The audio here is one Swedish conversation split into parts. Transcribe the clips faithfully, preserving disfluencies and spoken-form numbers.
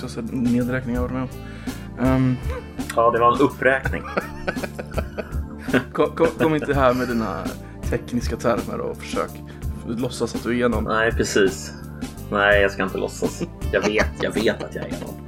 också så nedräkning av det. Um, ja, det var en uppräkning. kom, kom, kom inte här med dina tekniska termer och försök låtsas att du är igenom. Nej, precis. Nej, jag ska inte låtsas. Jag vet, jag vet att jag är igenom.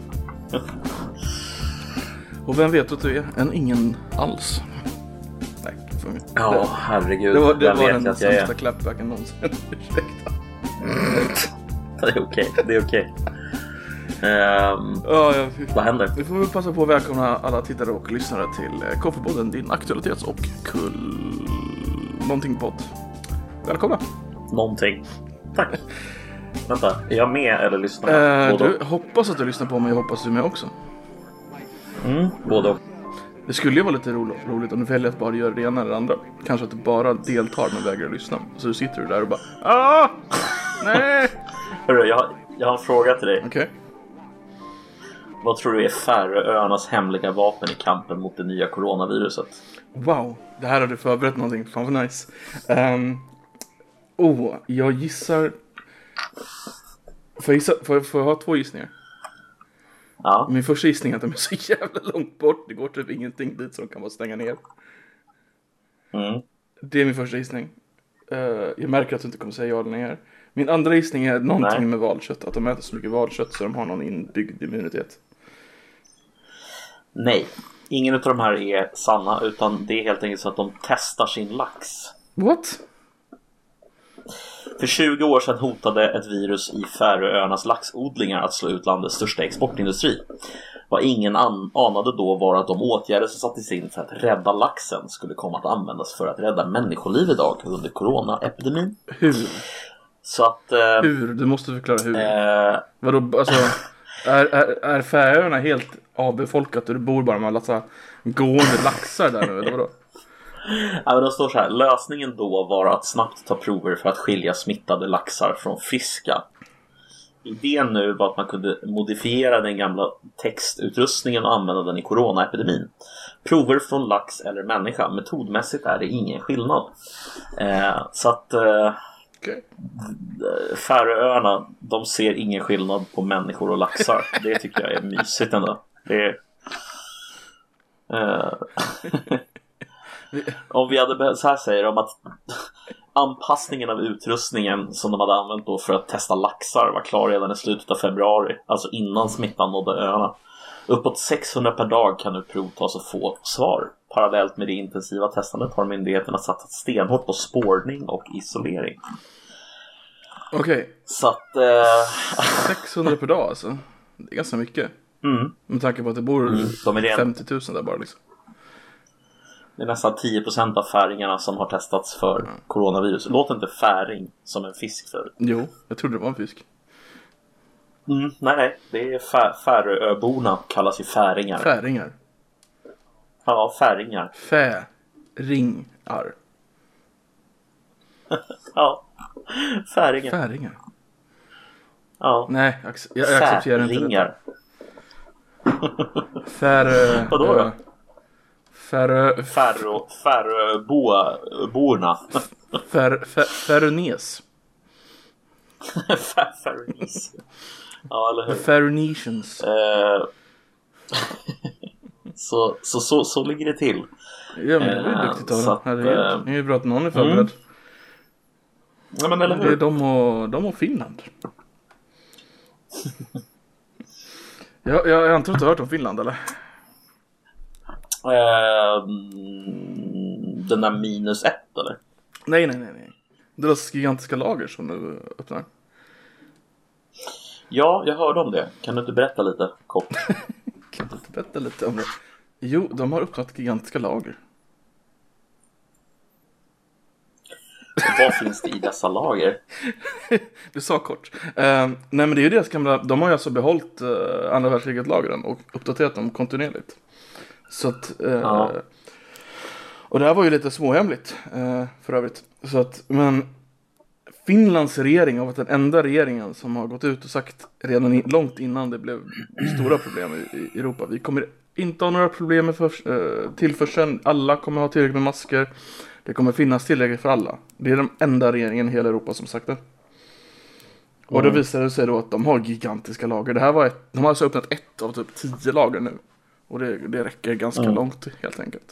Och vem vet att du är? En ingen alls. Nej, för mig. Ja, herregud. Det var, det vem var vet den att jag är? sämsta clapbacken någonsin. Ursäkta. Det är okej, det är okej. Um, ja, ja, vad händer? Vi får väl passa på att välkomna alla tittare och lyssnare till Koffepodden, din aktualitets- och kull... någonting podd. Välkomna. Någonting. Tack. Vänta, är jag med eller lyssnar jag? Eh, du, hoppas att du lyssnar på mig, jag hoppas du är med också. Mm, både och. Det skulle ju vara lite ro- roligt om du väljer att bara göra det ena eller det andra. Kanske att du bara deltar men vägrar lyssna. Så du sitter du där och bara ah! Nej! Hörru, jag, har, jag har en fråga till dig. Okej. Okay. Vad tror du är Färöarnas hemliga vapen i kampen mot det nya coronaviruset? Wow, det här har du förberett någonting. Fan vad nice. Um, oh, jag gissar... Får jag, gissa... får, jag, får jag ha två gissningar? Ja. Min första gissning är att de är så jävla långt bort. Det går typ ingenting dit som kan bara stänga ner. Mm. Det är min första gissning. Uh, jag märker att du inte kommer säga ja eller nej här. Min andra gissning är någonting nej. med valkött. Att de äter så mycket valkött så de har någon inbyggd immunitet. Nej, ingen av de här är sanna. Utan det är helt enkelt så att de testar sin lax. What? För tjugo år sedan hotade ett virus i Färöarnas laxodlingar att slå ut landets största exportindustri. Vad ingen an- anade då var att de åtgärder som sattes in för att rädda laxen skulle komma att användas för att rädda människoliv idag under coronaepidemin. Hur? Så att... Eh, hur? Du måste förklara hur. Eh, Vadå, alltså... Är, är, är Färöarna helt avbefolkat och det bor bara med alla så här gående laxar där nu, eller vadå? Ja, men det står så här. Lösningen då var att snabbt ta prover för att skilja smittade laxar från friska. Idén nu var att man kunde modifiera den gamla textutrustningen och använda den i coronaepidemin. Prover från lax eller människa. Metodmässigt är det ingen skillnad. Eh, så att eh, okay. Färöarna, de ser ingen skillnad på människor och laxar. Det tycker jag är mysigt ändå. Det är... Eh, Om vi hade behövt, så här säger de att anpassningen av utrustningen som de hade använt då för att testa laxar var klar redan i slutet av februari, alltså innan smittan nådde öarna. Uppåt sexhundra per dag kan nu provtas och få svar. Parallellt med det intensiva testandet har myndigheterna satsat stenhårt på spårning och isolering. Okej. Okay. Så att eh... sexhundra per dag alltså. Det är ganska mycket. Mm. Med tanke på att det bor mm, de är femtio tusen där bara liksom. Det är nästan tio procent av färingarna som har testats för mm. coronavirus. Låter inte färing som en fisk för? Jo, jag trodde det var en fisk. Mm, nej, nej. Det är fär- Färöborna kallas ju färingar. Färingar? Ja, färingar. Färingar. Ja, färingar. Färingar? Ja. Nej, jag accepterar inte Färingar. Färö... Vadå då? Färö... Färö... Färöborna. Fär... Färönes. Färönes. Ja, eller hur? Färönesians. Eh... så, så, så, så ligger det till. Ja, men det är ju duktigt av dem. Det är ju bra att någon är förberedd. Mm. Ja, men eller hur? Det är de och, de och Finland. jag, jag antar att du har hört om Finland, eller? Uh, den där minus ett, eller? Nej, nej, nej, nej. Deras gigantiska lager som nu öppnar. Ja, jag hörde om det. Kan du inte berätta lite kort? Kan du inte berätta lite om det? Jo, de har öppnat gigantiska lager. Och vad finns det i dessa lager? Du sa kort. Uh, nej, men det är ju deras gamla... De har ju alltså behållit uh, andra världskriget-lagren och uppdaterat dem kontinuerligt. Så att... Uh, ja. Och det här var ju lite småhemligt uh, för övrigt. Så att, men... Finlands regering har varit den enda regeringen som har gått ut och sagt redan i, långt innan det blev stora problem i, i Europa. Vi kommer inte ha några problem med för, uh, tillförseln. Alla kommer ha tillräckligt med masker. Det kommer finnas tillräckligt för alla. Det är den enda regeringen i hela Europa som sagt det. Och då visade det sig då att de har gigantiska lager. Det här var ett, de har alltså öppnat ett av typ tio lager nu. Och det, det räcker ganska mm. långt helt enkelt.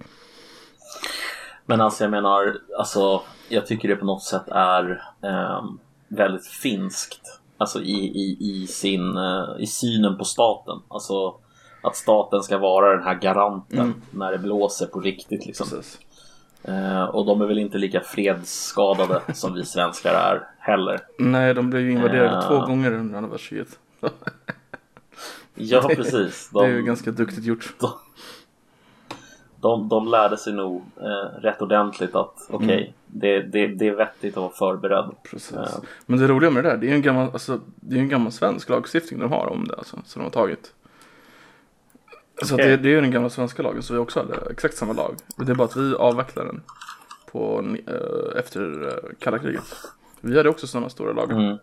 Men alltså jag menar, alltså jag tycker det på något sätt är eh, väldigt finskt. Alltså i, i, i sin eh, i synen på staten. Alltså att staten ska vara den här garanten mm. när det blåser på riktigt liksom. Eh, och de är väl inte lika fredsskadade som vi svenskar är heller. Nej, de blev ju invaderade eh, två gånger under andra världskriget. Ja, precis. De, det är ju ganska duktigt gjort. De, de, de lärde sig nog eh, rätt ordentligt att okej, okay, mm. det, det, det är vettigt att vara förberedd. Precis. Eh. Men det roliga med det där, det är ju en gammal, alltså, det är en gammal svensk lagstiftning de har om det, alltså, som de har tagit. Så okay. det, det är ju den gamla svenska lagen, så vi också hade exakt samma lag. Det är bara att vi avvecklar den på, äh, efter äh, kalla kriget. Vi hade också sådana stora lagar. Mm.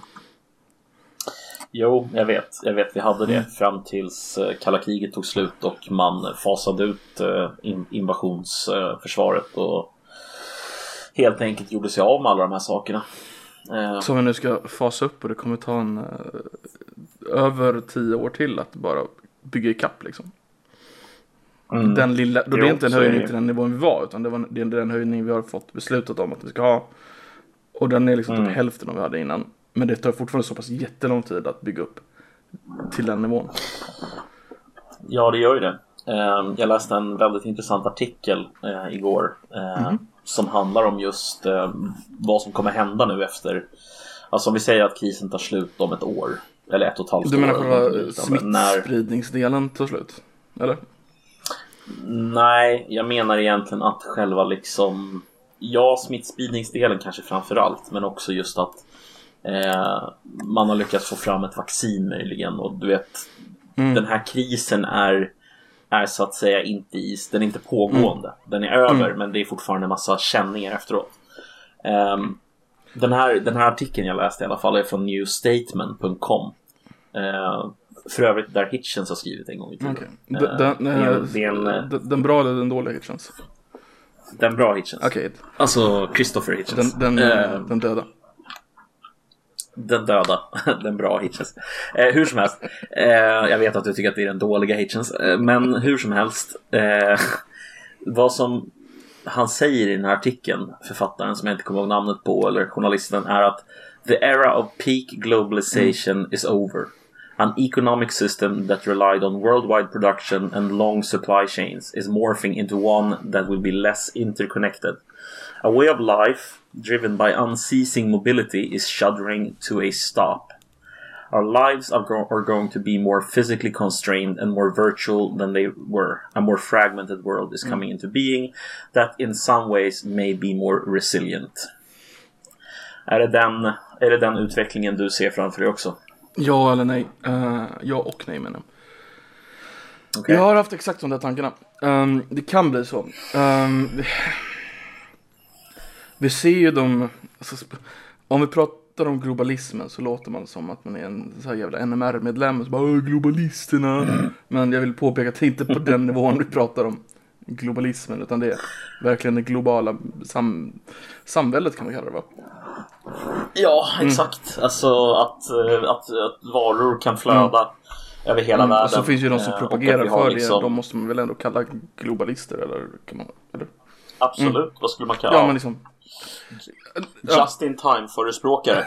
Jo, jag vet. Jag vet, vi hade det mm. fram tills äh, kalla kriget tog slut och man fasade ut äh, in, invasionsförsvaret äh, och helt enkelt gjorde sig av med alla de här sakerna. Äh. Som vi nu ska fasa upp, och det kommer ta en äh, över tio år till att bara bygga i kapp liksom. Mm. Den lilla, då jo, det är inte en höjning till den nivån vi var, utan det var det är den höjning vi har fått beslutat om att vi ska ha. Och den är liksom mm. typ hälften av vi hade innan. Men det tar fortfarande så pass jättelång tid att bygga upp till den nivån. Ja, det gör ju det. Jag läste en väldigt intressant artikel igår mm. som handlar om just vad som kommer hända nu efter, alltså om vi säger att krisen tar slut om ett år. Eller ett och ett halvt år. Du menar själva smittspridningsdelen tar slut? Eller? Nej, jag menar egentligen att själva liksom, ja, smittspridningsdelen kanske framförallt, men också just att eh, man har lyckats få fram ett vaccin möjligen. Och du vet, mm. den här krisen är, är så att säga inte is, den är inte pågående. Mm. Den är över, mm. men det är fortfarande en massa känningar efteråt. Um, Den här, den här artikeln jag läste i alla fall är från new statement punkt com. Uh, för övrigt där Hitchens har skrivit en gång i tiden. Okay. Uh, den, uh, den, den, den bra eller den dåliga Hitchens? Den bra Hitchens. Okay. Alltså Christopher Hitchens. Den, den, uh, den döda. Den döda. Den bra Hitchens. Uh, hur som helst. Uh, jag vet att du tycker att det är den dåliga Hitchens. Uh, men hur som helst. Uh, vad som han säger i den här artikeln, författaren som jag inte kommer ihåg namnet på, eller journalisten, är att the era of peak globalization mm. is over. An economic system that relied on worldwide production and long supply chains is morphing into one that will be less interconnected. A way of life driven by unceasing mobility is shuddering to a stop. Our lives are, go- are going to be more physically constrained and more virtual than they were. A more fragmented world is coming mm. into being that in some ways may be more resilient. Är det den, är det den utvecklingen du ser framför dig också? Ja eller nej. Uh, ja och nej menar jag. Okay. Jag har haft exakt de där tankarna. Um, det kan bli så. Um, vi, vi ser ju de... Alltså, om vi pratar om globalismen så låter man som att man är en så här jävla N M R-medlem. Så bara, globalisterna. Mm. Men jag vill påpeka att det inte på den nivån vi pratar om globalismen. Utan det är verkligen det globala sam- samväldet kan man kalla det, va? Ja, exakt. Mm. Alltså att, att, att varor kan flöda mm. över hela mm. världen. Och så finns ju de som propagerar för liksom... det. De måste man väl ändå kalla globalister, eller kan man, eller? Absolut, mm. vad skulle man kalla? Ja, men liksom Just in time förespråkare.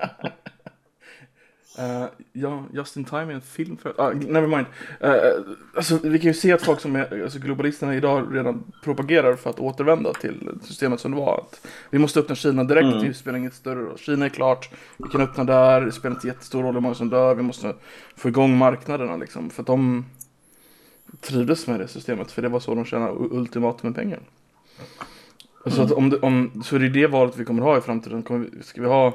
uh, ja, Just in time är en film för... Uh, never mind. Uh, alltså, vi kan ju se att folk som är... Alltså, globalisterna idag redan propagerar för att återvända till systemet som det var. Att vi måste öppna Kina direkt. Mm. Det spelar inget större roll. Kina är klart. Vi kan öppna där. Det spelar inte jättestor roll hur många som dör. Vi måste få igång marknaderna liksom. För att de trivdes med det systemet. För det var så de tjänade ultimat med pengar. Så, att om det, om, så är det det valet vi kommer ha i framtiden. Kommer vi, ska vi ha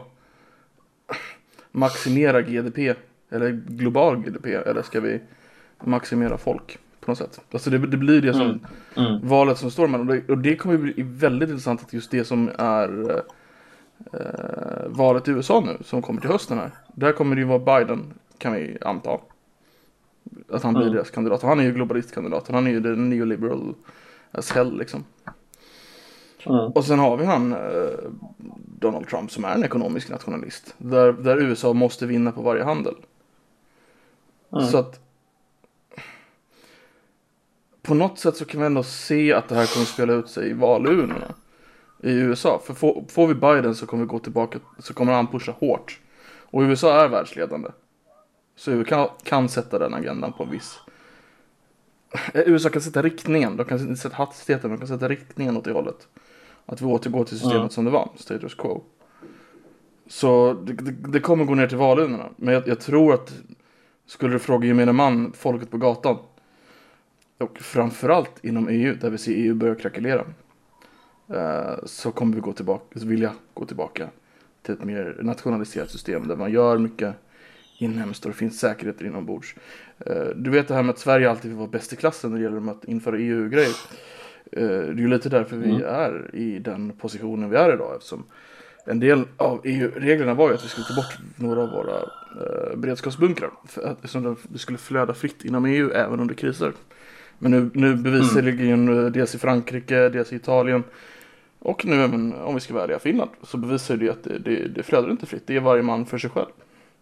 maximera G D P eller global G D P, eller ska vi maximera folk på något sätt? Alltså det, det blir det som mm. Mm. valet som står med. Och det, och det kommer bli väldigt intressant att just det som är eh, valet i U S A nu som kommer till hösten här. Där kommer det ju vara Biden, kan vi anta. Att han blir mm. deras kandidat. Han är ju globalistkandidaten. Han är ju den neoliberal as hell liksom. Mm. Och sen har vi han eh, Donald Trump som är en ekonomisk nationalist. Där, där U S A måste vinna på varje handel. Mm. Så att på något sätt så kan vi ändå se att det här kommer spela ut sig i valurnorna i U S A. För får, får vi Biden så kommer vi gå tillbaka, så kommer han pusha hårt. Och U S A är världsledande. Så U S A kan, kan sätta den agendan på en viss. U S A kan sätta riktningen, de kan inte sätta hastigheten, de kan sätta riktningen åt det hållet. Att vi återgår till systemet mm. som det var, status quo. Så det, det, det kommer gå ner till valurnorna. Men jag, jag tror att skulle du fråga gemene man, folket på gatan, och framförallt inom E U, där vi ser E U börja krackelera, eh, så kommer vi gå tillbaka, så vill jag gå tillbaka till ett mer nationaliserat system där man gör mycket inhemskt och det finns säkerheter inombords. Eh, du vet det här med att Sverige alltid vill vara bäst i klassen när det gäller att införa E U-grejer. Eh, det är ju lite därför vi mm. är i den positionen vi är idag, eftersom en del av E U-reglerna var ju att vi skulle ta bort några av våra eh, beredskapsbunkrar för att, eftersom det skulle flöda fritt inom E U även under kriser. Men nu, nu bevisligen mm. dels i Frankrike, dels i Italien och nu även, om vi ska vara ärliga, Finland, så bevisar det att det, det, det flödar inte fritt. Det är varje man för sig själv.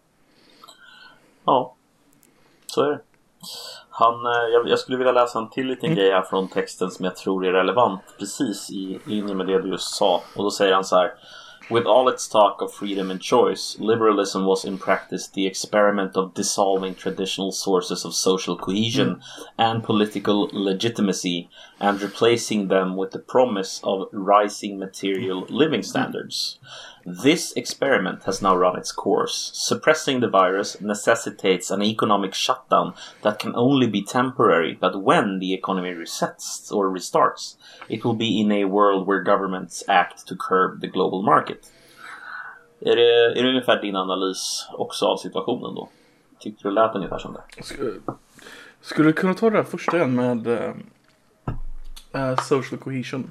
Ja, så är det. Han, jag, jag skulle vilja läsa en till liten mm. grej här från texten som jag tror är relevant precis i linje med det du just sa. Och då säger han så här: with all its talk of freedom and choice, liberalism was in practice the experiment of dissolving traditional sources of social cohesion mm. and political legitimacy and replacing them with the promise of rising material living standards. This experiment has now run its course. Suppressing the virus necessitates an economic shutdown that can only be temporary, but when the economy resets or restarts, it will be in a world where governments act to curb the global market. Är det, är det ungefär din analys också av situationen då? Tyckte du lät ungefär som det? Skulle, skulle du kunna ta det här första igen med uh, uh, social cohesion?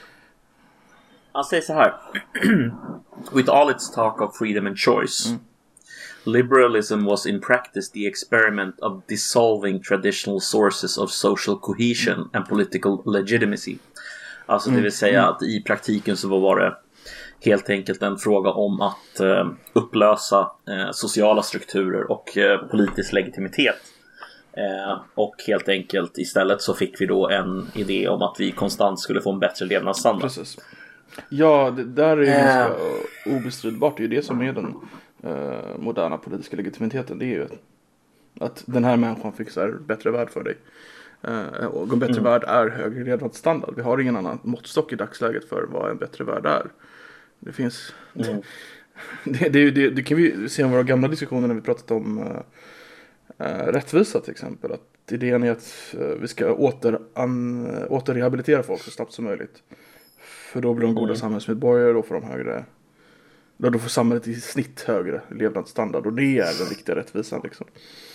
Han säger så här: with all its talk of freedom and choice, mm. liberalism was in practice the experiment of dissolving traditional sources of social cohesion mm. and political legitimacy. Alltså mm. det vill säga mm. att i praktiken så var det helt enkelt en fråga om att eh, upplösa eh, sociala strukturer och eh, politisk legitimitet. Eh, och helt enkelt istället så fick vi då en idé om att vi konstant skulle få en bättre levnadsstandard. Precis. Ja, det där är ju ganska uh. obestridbart. Det är ju det som är den uh, moderna politiska legitimiteten. Det är ju att den här människan fixar bättre värld för dig. Uh, och en bättre mm. värld är högre levnadsstandard. Vi har ingen annan måttstock i dagsläget för vad en bättre värld är. Det finns... Mm. det, det, det, det kan vi se i våra gamla diskussioner när vi pratat om uh, uh, rättvisa till exempel. Att idén är att uh, vi ska åter, an, uh, återrehabilitera folk så snabbt som möjligt. För då blir de goda mm. samhällsmedborgare, då får de högre, då, då får samhället i snitt högre levnadsstandard, och det är den viktiga rättvisan liksom.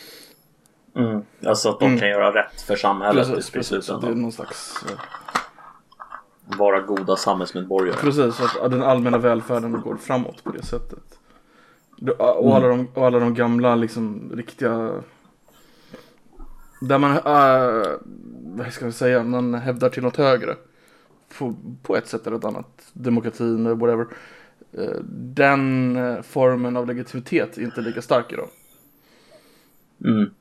Mm. Alltså att de mm. kan göra rätt för samhället. Precis, precis. Det är någon slags uh... vara goda samhällsmedborgare. Precis, att den allmänna välfärden går framåt på det sättet. Och alla de, och alla de gamla liksom riktiga, där man uh, vad ska man säga, man hävdar till något högre. På, på ett sätt eller ett annat, demokratin eller whatever, den formen av legitimitet är inte lika stark idag. Mm.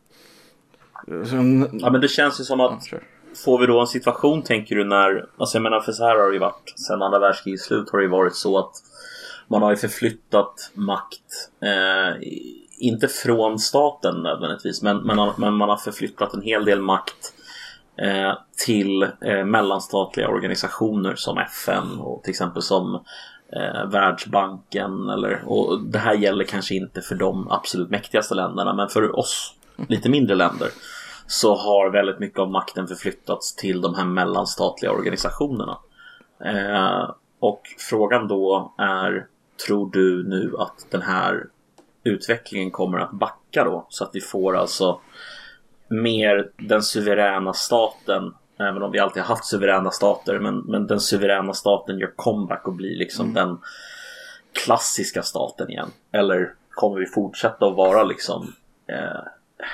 Så, ja, men det känns ju som att ja, sure. Får vi då en situation, tänker du, när, alltså jag menar, för så här har det ju varit sen andra världskrigets slut, har det ju varit så att man har ju förflyttat makt eh, inte från staten nödvändigtvis, men, men, men man har förflyttat en hel del makt Eh, till eh, mellanstatliga organisationer som F N och till exempel som eh, Världsbanken eller, och det här gäller kanske inte för de absolut mäktigaste länderna, men för oss lite mindre länder så har väldigt mycket av makten förflyttats till de här mellanstatliga organisationerna. Eh, och frågan då är, tror du nu att den här utvecklingen kommer att backa då, så att vi får alltså mer den suveräna staten, även om vi alltid har haft suveräna stater, men, men den suveräna staten gör comeback och blir liksom mm. den klassiska staten igen? Eller kommer vi fortsätta att vara liksom eh,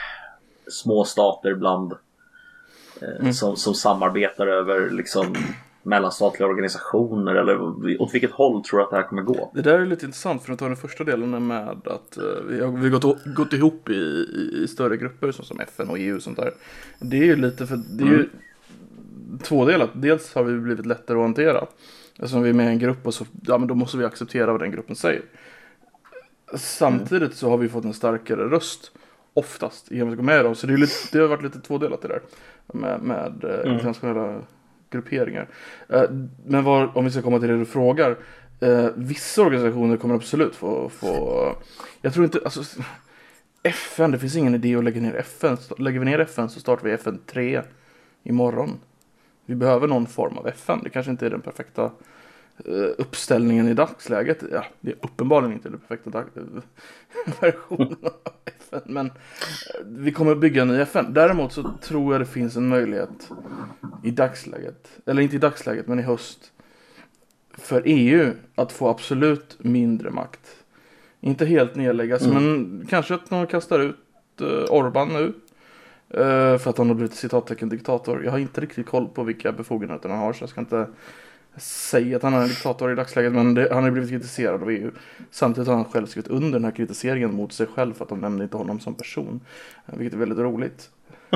små stater bland eh, mm. som, som samarbetar över liksom mellanstatliga organisationer, eller åt vilket håll tror du att det här kommer gå? Det där är lite intressant, för att ta den första delen med att uh, vi har, vi har gått, gått ihop i, i, i större grupper som, som F N och E U och sånt där. Det är ju lite för det är ju mm. tvådelat. Dels har vi blivit lättare att hantera. Alltså vi är med i en grupp och så, ja, men då måste vi acceptera vad den gruppen säger. Samtidigt mm. så har vi fått en starkare röst oftast genom att gå med dem. Så det, är lite, det har varit lite tvådelat det där med, med mm. internationella grupperingar. Men var, om vi ska komma till det du frågar, vissa organisationer kommer absolut få, få jag tror inte, alltså F N, det finns ingen idé att lägga ner F N. Lägger vi ner F N så startar vi F N tre imorgon. Vi behöver någon form av F N. Det kanske inte är den perfekta uppställningen i dagsläget. Ja, det är uppenbarligen inte den perfekta dag- versionen av F N. Men vi kommer att bygga en ny F N. Däremot så tror jag det finns en möjlighet i dagsläget, eller inte i dagsläget men i höst, för E U att få absolut mindre makt. Inte helt nedläggas, mm. men kanske att någon kastar ut uh, Orban nu uh, för att han har blivit citattecken diktator. Jag har inte riktigt koll på vilka befogenheter han har, så jag ska inte säga att han är en diktator i dagsläget, men det, han har blivit kritiserad av E U. Samtidigt har han själv skrivit under den här kritiseringen mot sig själv för att de nämnde inte honom som person, vilket är väldigt roligt.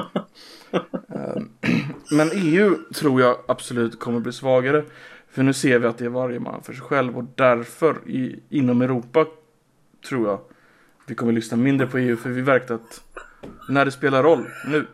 Men E U tror jag absolut kommer bli svagare, för nu ser vi att det är varje man för sig själv, och därför i, inom Europa tror jag vi kommer lyssna mindre på E U, för vi verkar att när det spelar roll nu,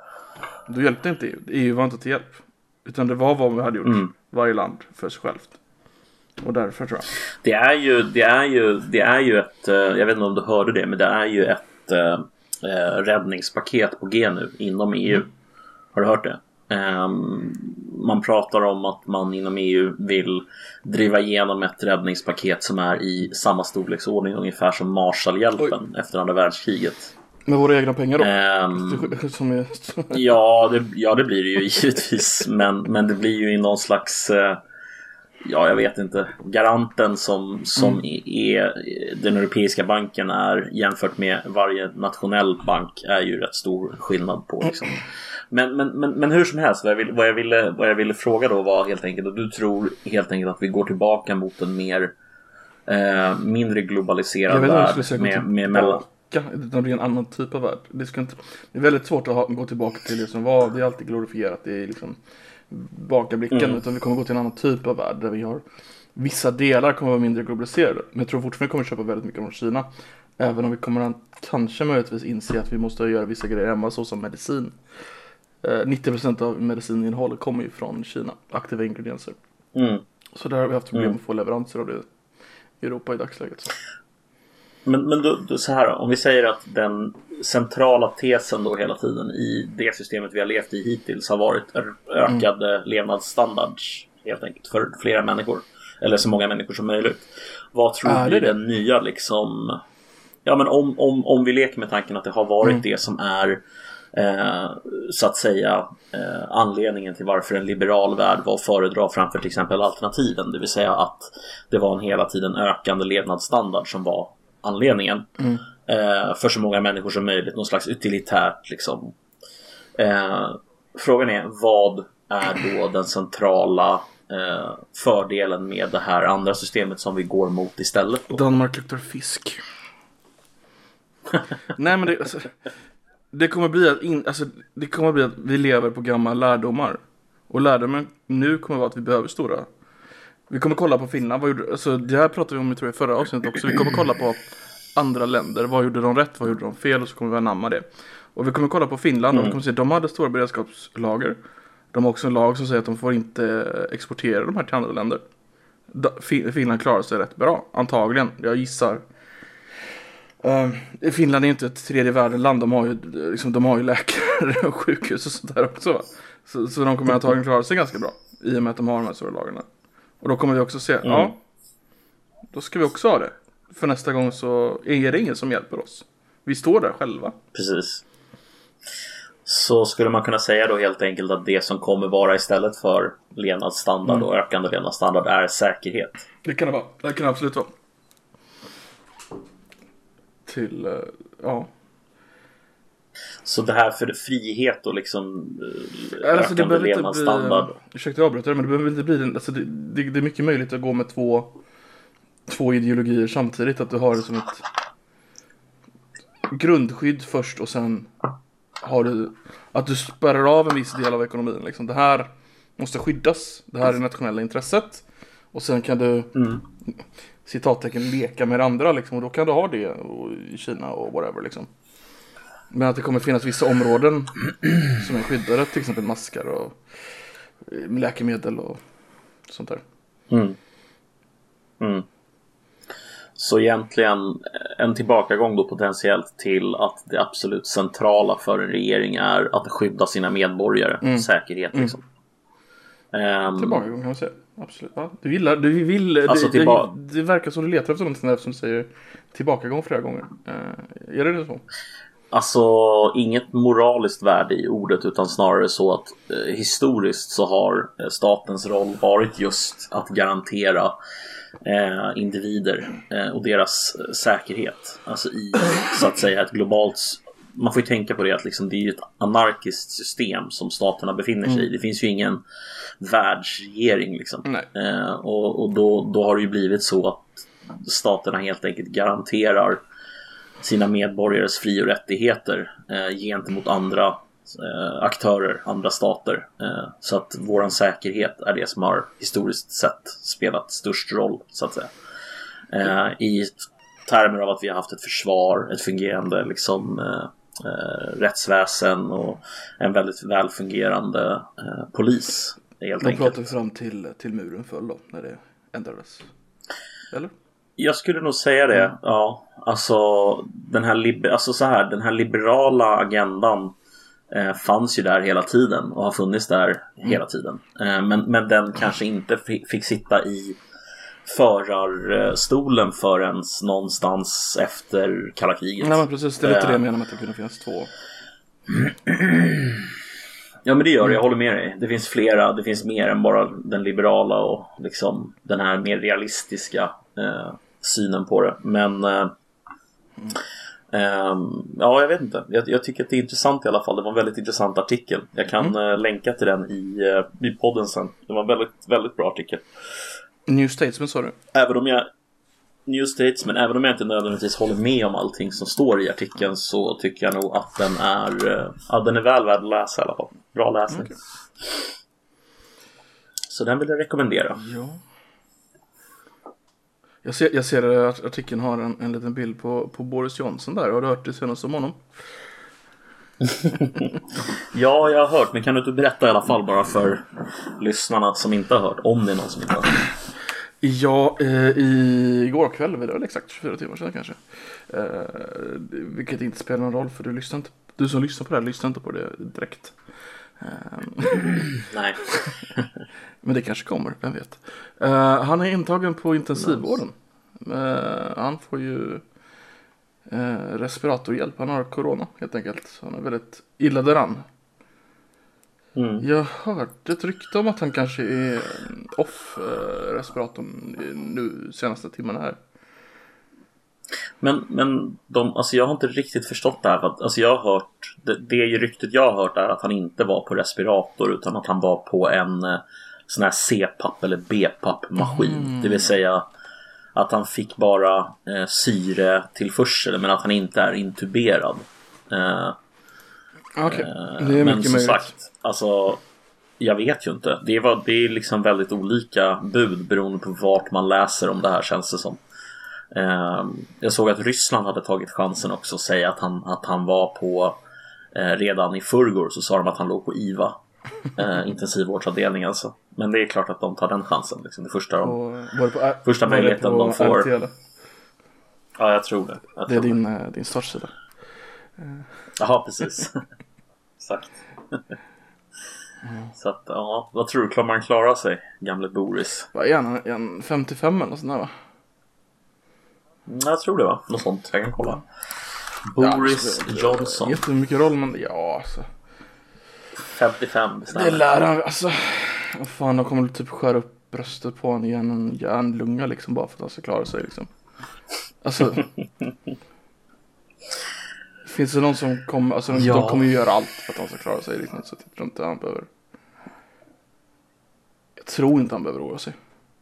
då hjälpte inte E U. E U var inte till hjälp, utan det var vad vi hade gjort, mm. varje land för sig självt. Och därför tror jag. Det är ju, det är ju, det är ju ett, jag vet inte om du hörde det, men det är ju ett eh, räddningspaket på G nu inom E U. Mm. Har du hört det? Um, man pratar om att man inom E U vill driva igenom ett räddningspaket som är i samma storleksordning ungefär som Marshallhjälpen Oj. efter andra världskriget. Med våra egna pengar då? Um, som är... ja, det, ja, det blir det ju givetvis. Men, men det blir ju i någon slags... Uh, ja, jag vet inte. Garanten som, som mm. är den europeiska banken är jämfört med varje nationell bank är ju rätt stor skillnad på liksom. Men, men, men, men hur som helst, vad jag, ville, vad, jag ville, vad jag ville fråga då var helt enkelt, och du tror helt enkelt att vi går tillbaka mot en mer eh, mindre globaliserad värld med, med mellan... Det blir en annan typ av värld. Det, ska inte, det är väldigt svårt att ha, gå tillbaka till det som var. Det är alltid glorifierat, det är liksom baka blicken, mm. utan vi kommer gå till en annan typ av värld där vi har vissa delar kommer vara mindre globaliserade. Men jag tror fortfarande vi kommer köpa väldigt mycket från Kina. Även om vi kommer att kanske möjligtvis inse att vi måste göra vissa grejer hemma, så som medicin. nittio procent av medicininnehållet kommer ju från Kina, aktiva ingredienser. Mm. Så där har vi haft problem mm. att få leveranser av det i Europa i dagsläget. Så. Men, men då, då, så här då, om vi säger att den centrala tesen då hela tiden i det systemet vi har levt i hittills har varit ökade mm. levnadsstandards helt enkelt för flera människor, eller så många människor som möjligt. Vad tror du blir den nya liksom, ja men om, om, om vi leker med tanken att det har varit mm. det som är Eh, så att säga eh, anledningen till varför en liberal värld var att föredra framför till exempel alternativen, det vill säga att det var en hela tiden ökande levnadsstandard som var anledningen mm. eh, för så många människor som möjligt, någon slags utilitärt liksom. eh, Frågan är, vad är då den centrala eh, fördelen med det här andra systemet som vi går mot istället då? Danmark luktar fisk. Nej men det alltså... Det kommer bli att in, alltså, det kommer bli att vi lever på gamla lärdomar. Och lärdomen nu kommer vara att vi behöver stora. Vi kommer kolla på Finland. Vad gjorde, alltså, det här pratade vi om i tror jag, förra avsnittet också. Vi kommer kolla på andra länder. Vad gjorde de rätt? Vad gjorde de fel? Och så kommer vi anamma det. Och vi kommer kolla på Finland. Och vi kommer se att de hade stora beredskapslager. De har också en lag som säger att de får inte exportera de här till andra länder. Finland klarar sig rätt bra. Antagligen. Jag gissar. Uh, Finland är inte ett tredje världen-land. De har ju, liksom, de har ju läkare och sjukhus och sånt där också, va? Så, så de kommer antagligen klara sig ganska bra i och med att de har de här stora lagarna. Och då kommer vi också se, mm. ja, då ska vi också ha det. För nästa gång så är det ingen som hjälper oss. Vi står där själva. Precis. Så skulle man kunna säga då helt enkelt att det som kommer vara istället för levnadsstandard mm. och ökande levnadsstandard är säkerhet. Det kan det vara, det kan det absolut vara. Till, ja. Så det här för frihet och liksom äh, alltså, ökande levnadsstandard. Bli, ursäkta jag avbryter, men det behöver inte bli den, alltså det, det, det är mycket möjligt att gå med två två ideologier samtidigt, att du har det som ett grundskydd först och sen har du att du spärrar av en viss del av ekonomin liksom. Det här måste skyddas, det här är det nationella intresset, och sen kan du mm. citattecken leka med andra liksom, och då kan du ha det i Kina och whatever liksom. Men att det kommer finnas vissa områden som är skyddade, till exempel maskar och läkemedel och sånt där. Mm. Mm. Så egentligen en tillbakagång då potentiellt till att det absolut centrala för en regering är att skydda sina medborgare, mm. säkerhet liksom. Mm. Um, tillbakagång kan man säga, absolut. Ja, du gillar, du vill, alltså det, tillba- det, det verkar som du letar efter någonting eftersom du säger tillbakagång flera gånger. Uh, är det det så? Alltså inget moraliskt värde i ordet, utan snarare så att eh, historiskt så har eh, statens roll varit just att garantera eh, individer eh, och deras eh, säkerhet. Alltså i så att säga ett globalt, man får ju tänka på det att liksom, det är ju ett anarkiskt system som staterna befinner sig i. Det finns ju ingen världsregering liksom. Eh, och och då, då har det ju blivit så att staterna helt enkelt garanterar sina medborgares fri- och rättigheter eh, gentemot andra eh, aktörer, andra stater. Eh, så att våran säkerhet är det som har historiskt sett spelat störst roll, så att säga. Eh, I termer av att vi har haft ett försvar, ett fungerande liksom, eh, eh, rättsväsen och en väldigt välfungerande eh, polis. Helt De pratar fram till, till muren föll då, när det ändrades. Eller? Jag skulle nog säga det, mm. ja. Alltså den här, liber- alltså så här, den här liberala agendan eh, fanns ju där hela tiden och har funnits där mm. hela tiden. Eh, men, men den kanske inte f- fick sitta i förarstolen förrän någonstans efter kalla kriget. Nej men precis, det är lite det jag menar med att det kunde finnas två. Ja men det gör det, jag håller med dig. Det finns flera, det finns mer än bara den liberala och liksom den här mer realistiska eh, synen på det. Men eh, eh, ja, jag vet inte. Jag, jag tycker att det är intressant i alla fall. Det var en väldigt intressant artikel. Jag kan mm. eh, länka till den i, eh, i podden sen. Det var en väldigt, väldigt bra artikel. New Statesman sa du? Även om jag New Statesman, även om jag inte nödvändigtvis håller med om allting som står i artikeln, så tycker jag nog att den är, ja, den är väl värd att läsa i alla fall. Bra läsning. Okay. Så den vill jag rekommendera. Ja. Jag ser, jag ser att artikeln har en, en liten bild på, på Boris Johnson där. Har du hört det senast om honom? Ja, jag har hört. Men kan du inte berätta i alla fall bara för lyssnarna som inte har hört, om det är någon som inte har hört? Ja, eh, igår kväll, det var väl exakt tjugofyra timmar sedan kanske. Eh, vilket inte spelar någon roll, för du lyssnar inte, du som lyssnar på det här lyssnar inte på det direkt. Eh, Nej. Men det kanske kommer, vem vet. Eh, han är intagen på intensivvården. Eh, han får ju eh, respiratorhjälp. Han har corona helt enkelt. Så han är väldigt illa däran. Mm. Jag hörde ett rykte om att han kanske är off eh, respiratorn nu senaste timmarna här. Men, men de, alltså jag har inte riktigt förstått det här. För att, alltså jag har hört, det, det ryktet jag har hört är att han inte var på respirator, utan att han var på en eh, sån här C PAP eller B PAP-maskin. Mm. Det vill säga att han fick bara eh, syretillförsel, men att han inte är intuberad. Eh, Okay. Det är men som möjligt. Sagt, alltså jag vet ju inte. Det var det är liksom väldigt olika bud beroende på vart man läser om det här, känns det som. Eh, jag såg att Ryssland hade tagit chansen också att säga att han att han var på eh, redan i förrgår, så sa de att han låg på I V A, eh, intensivvårdsavdelning alltså. Men det är klart att de tar den chansen liksom. Det första de, var det på, är, första möjligheten de får. R T, eller? Ja, jag tror det. Jag det är tror din det. din startsida. Jaha, precis. Exakt. Så att, ja, vad tror du, klarar man klara sig, gamle Boris? Vad är han? Är han femtiofem eller sånt där, va? Jag tror det, va? Något sånt, jag kan kolla. Boris ja, det, Johnson. Jättemycket roll, men ja, alltså. femtiofem, bestämmer. Det lär han, alltså. Vad fan, de kommer typ skära upp bröstet på honom igen, en järnlunga liksom, bara för att han ska klara sig liksom. Alltså. Finns det någon som kommer, alltså ja. de kommer ju göra allt för att han ska klara sig liksom, så jag tror inte han behöver. Jag tror inte han behöver oroa sig.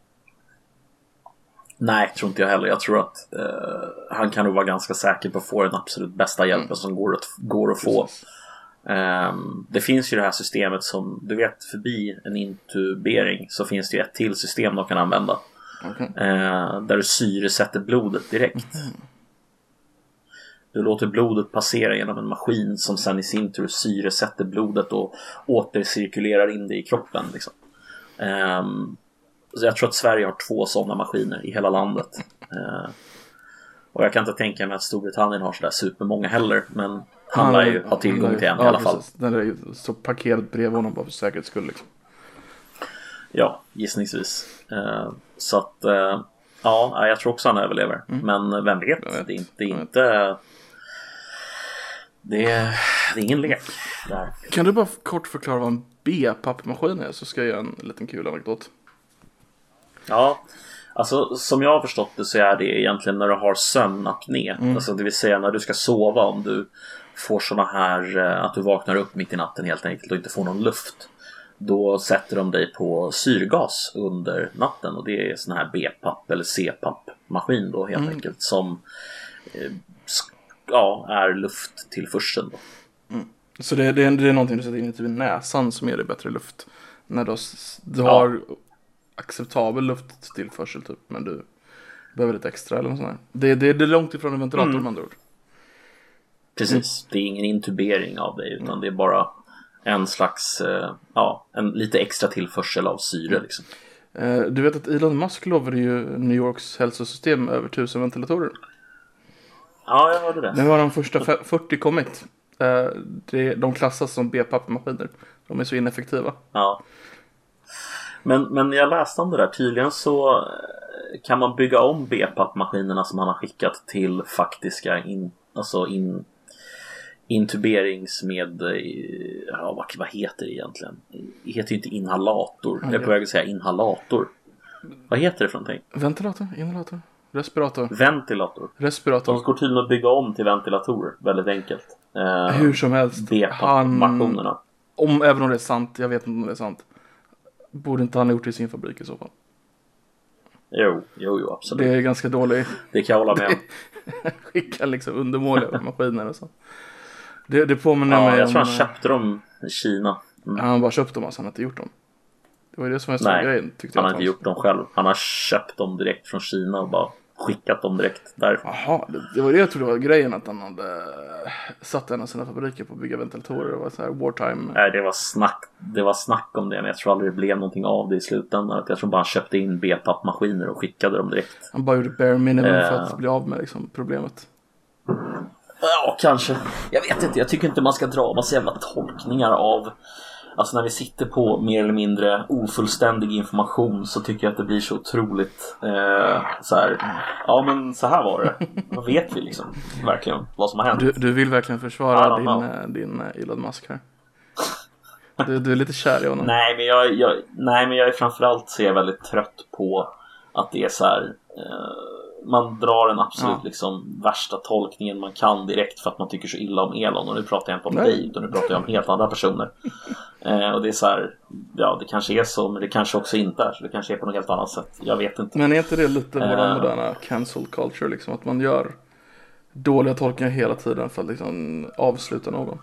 Nej, tror inte jag heller. Jag tror att eh, han kan nog vara ganska säker på att få den absolut bästa hjälpen mm. som går att, går att få. Um, det finns ju det här systemet som, du vet, förbi en intubering så finns det ju ett till system de kan använda. Okay. Uh, där du syresätter blodet direkt. Mm. Du låter blodet passera genom en maskin som sen i sin tur syresätter blodet och återcirkulerar in det i kroppen liksom. Um, så jag tror att Sverige har två sådana maskiner i hela landet. Uh, och jag kan inte tänka mig att Storbritannien har sådär supermånga heller, men han lär ju ha tillgång till en ja, i alla fall. Precis. Den är ju så parkerad bredvid honom bara för säkerhets skull liksom. Ja, gissningsvis. Uh, så att uh, ja, jag tror också han överlever. Mm. Men vem vet? vet. Det är inte, det är inte det är, det är ingen lek där. Kan du bara kort förklara vad en B-pappmaskin är, så ska jag göra en liten kul anekdot. Ja, alltså som jag har förstått det så är det egentligen när du har sömnapné. Mm. Alltså det vill säga när du ska sova, om du får såna här att du vaknar upp mitt i natten helt enkelt och inte får någon luft. Då sätter de dig på syrgas under natten, och det är sån här B-papp eller C-papp-maskin då helt mm. enkelt som eh, ja, är lufttillförseln då. Mm. Så det, det, är, det är någonting du sätter in i typ näsan som ger dig bättre luft när du, du ja. har acceptabel lufttillförsel typ, men du behöver lite extra eller något sånt här. Det, det, det är långt ifrån en ventilator mm. med andra ord. Precis, mm. det är ingen intubering av dig, utan mm. det är bara en slags, eh, ja, en lite extra tillförsel av syre mm. liksom. eh, Du vet att Elon Musk lovade ju New Yorks hälsosystem över tusen ventilatorer. Ja, jag hörde det. Nu har de första fyrtio kommit. eh, det, De klassas som B-pappmaskiner. De är så ineffektiva. Ja. Men, men jag läste om det där. Tydligen så kan man bygga om B-pappmaskinerna som han har skickat till faktiska in, alltså in, intuberings med, ja, vad, vad heter det egentligen? Det heter ju inte inhalator. Jag är på väg att säga inhalator. Vad heter det för någonting? Ventilator, inhalator, respirator. Ventilator. Respirator. De går tydligen att bygga om till ventilatorer, väldigt enkelt. Eh, Hur som helst. B-pappmaskinerna. Han, om, även om det är sant, jag vet inte om det är sant. Borde inte han ha gjort det i sin fabrik i så fall? Jo, jo, jo, absolut. Det är ganska dåligt. Det kan jag hålla med om. Skicka liksom undermåliga maskiner och så. Det, det påminner ja, mig jag om... tror han köpte dem i Kina. Mm. Han bara köpt dem, alltså han har inte gjort dem. Det var ju det som var så grejen, tyckte han jag. har inte gjort dem själv. Han har köpt dem direkt från Kina och bara skickat dem direkt därifrån. Jaha, det, det var det jag trodde var grejen, att han hade satt en av sina fabriker på att bygga ventilatorer. Det var så här wartime. Nej, det var snack, det var snack om det, men jag tror aldrig det blev någonting av det i slutändan. Jag tror bara han köpte in B-pappmaskiner och skickade dem direkt. Han bara gjorde bare minimum uh, för att bli av med liksom, problemet. Ja, kanske. Jag vet inte, jag tycker inte man ska dra massa jävla tolkningar av... Alltså när vi sitter på mer eller mindre ofullständig information, så tycker jag att det blir så otroligt eh, så här. Ja, men så här var det. Vad vet vi liksom verkligen vad som har hänt? Du, du vill verkligen försvara din, din Elon Musk här. Du, du är lite kär i honom. Nej, men jag, jag, nej, men jag är framförallt så är jag väldigt trött på att det är så här... Eh, man drar den absolut ja. liksom värsta tolkningen man kan direkt för att man tycker så illa om Elon. Och nu pratar jag inte om Nej. dig, utan nu pratar jag om helt andra personer. eh, Och det är så här, ja, det kanske är så, men det kanske också inte är så. Det kanske är på något helt annat sätt, jag vet inte. Men är inte det lite vår eh. moderna cancel culture liksom, att man gör dåliga tolkningar hela tiden för att liksom avsluta någon?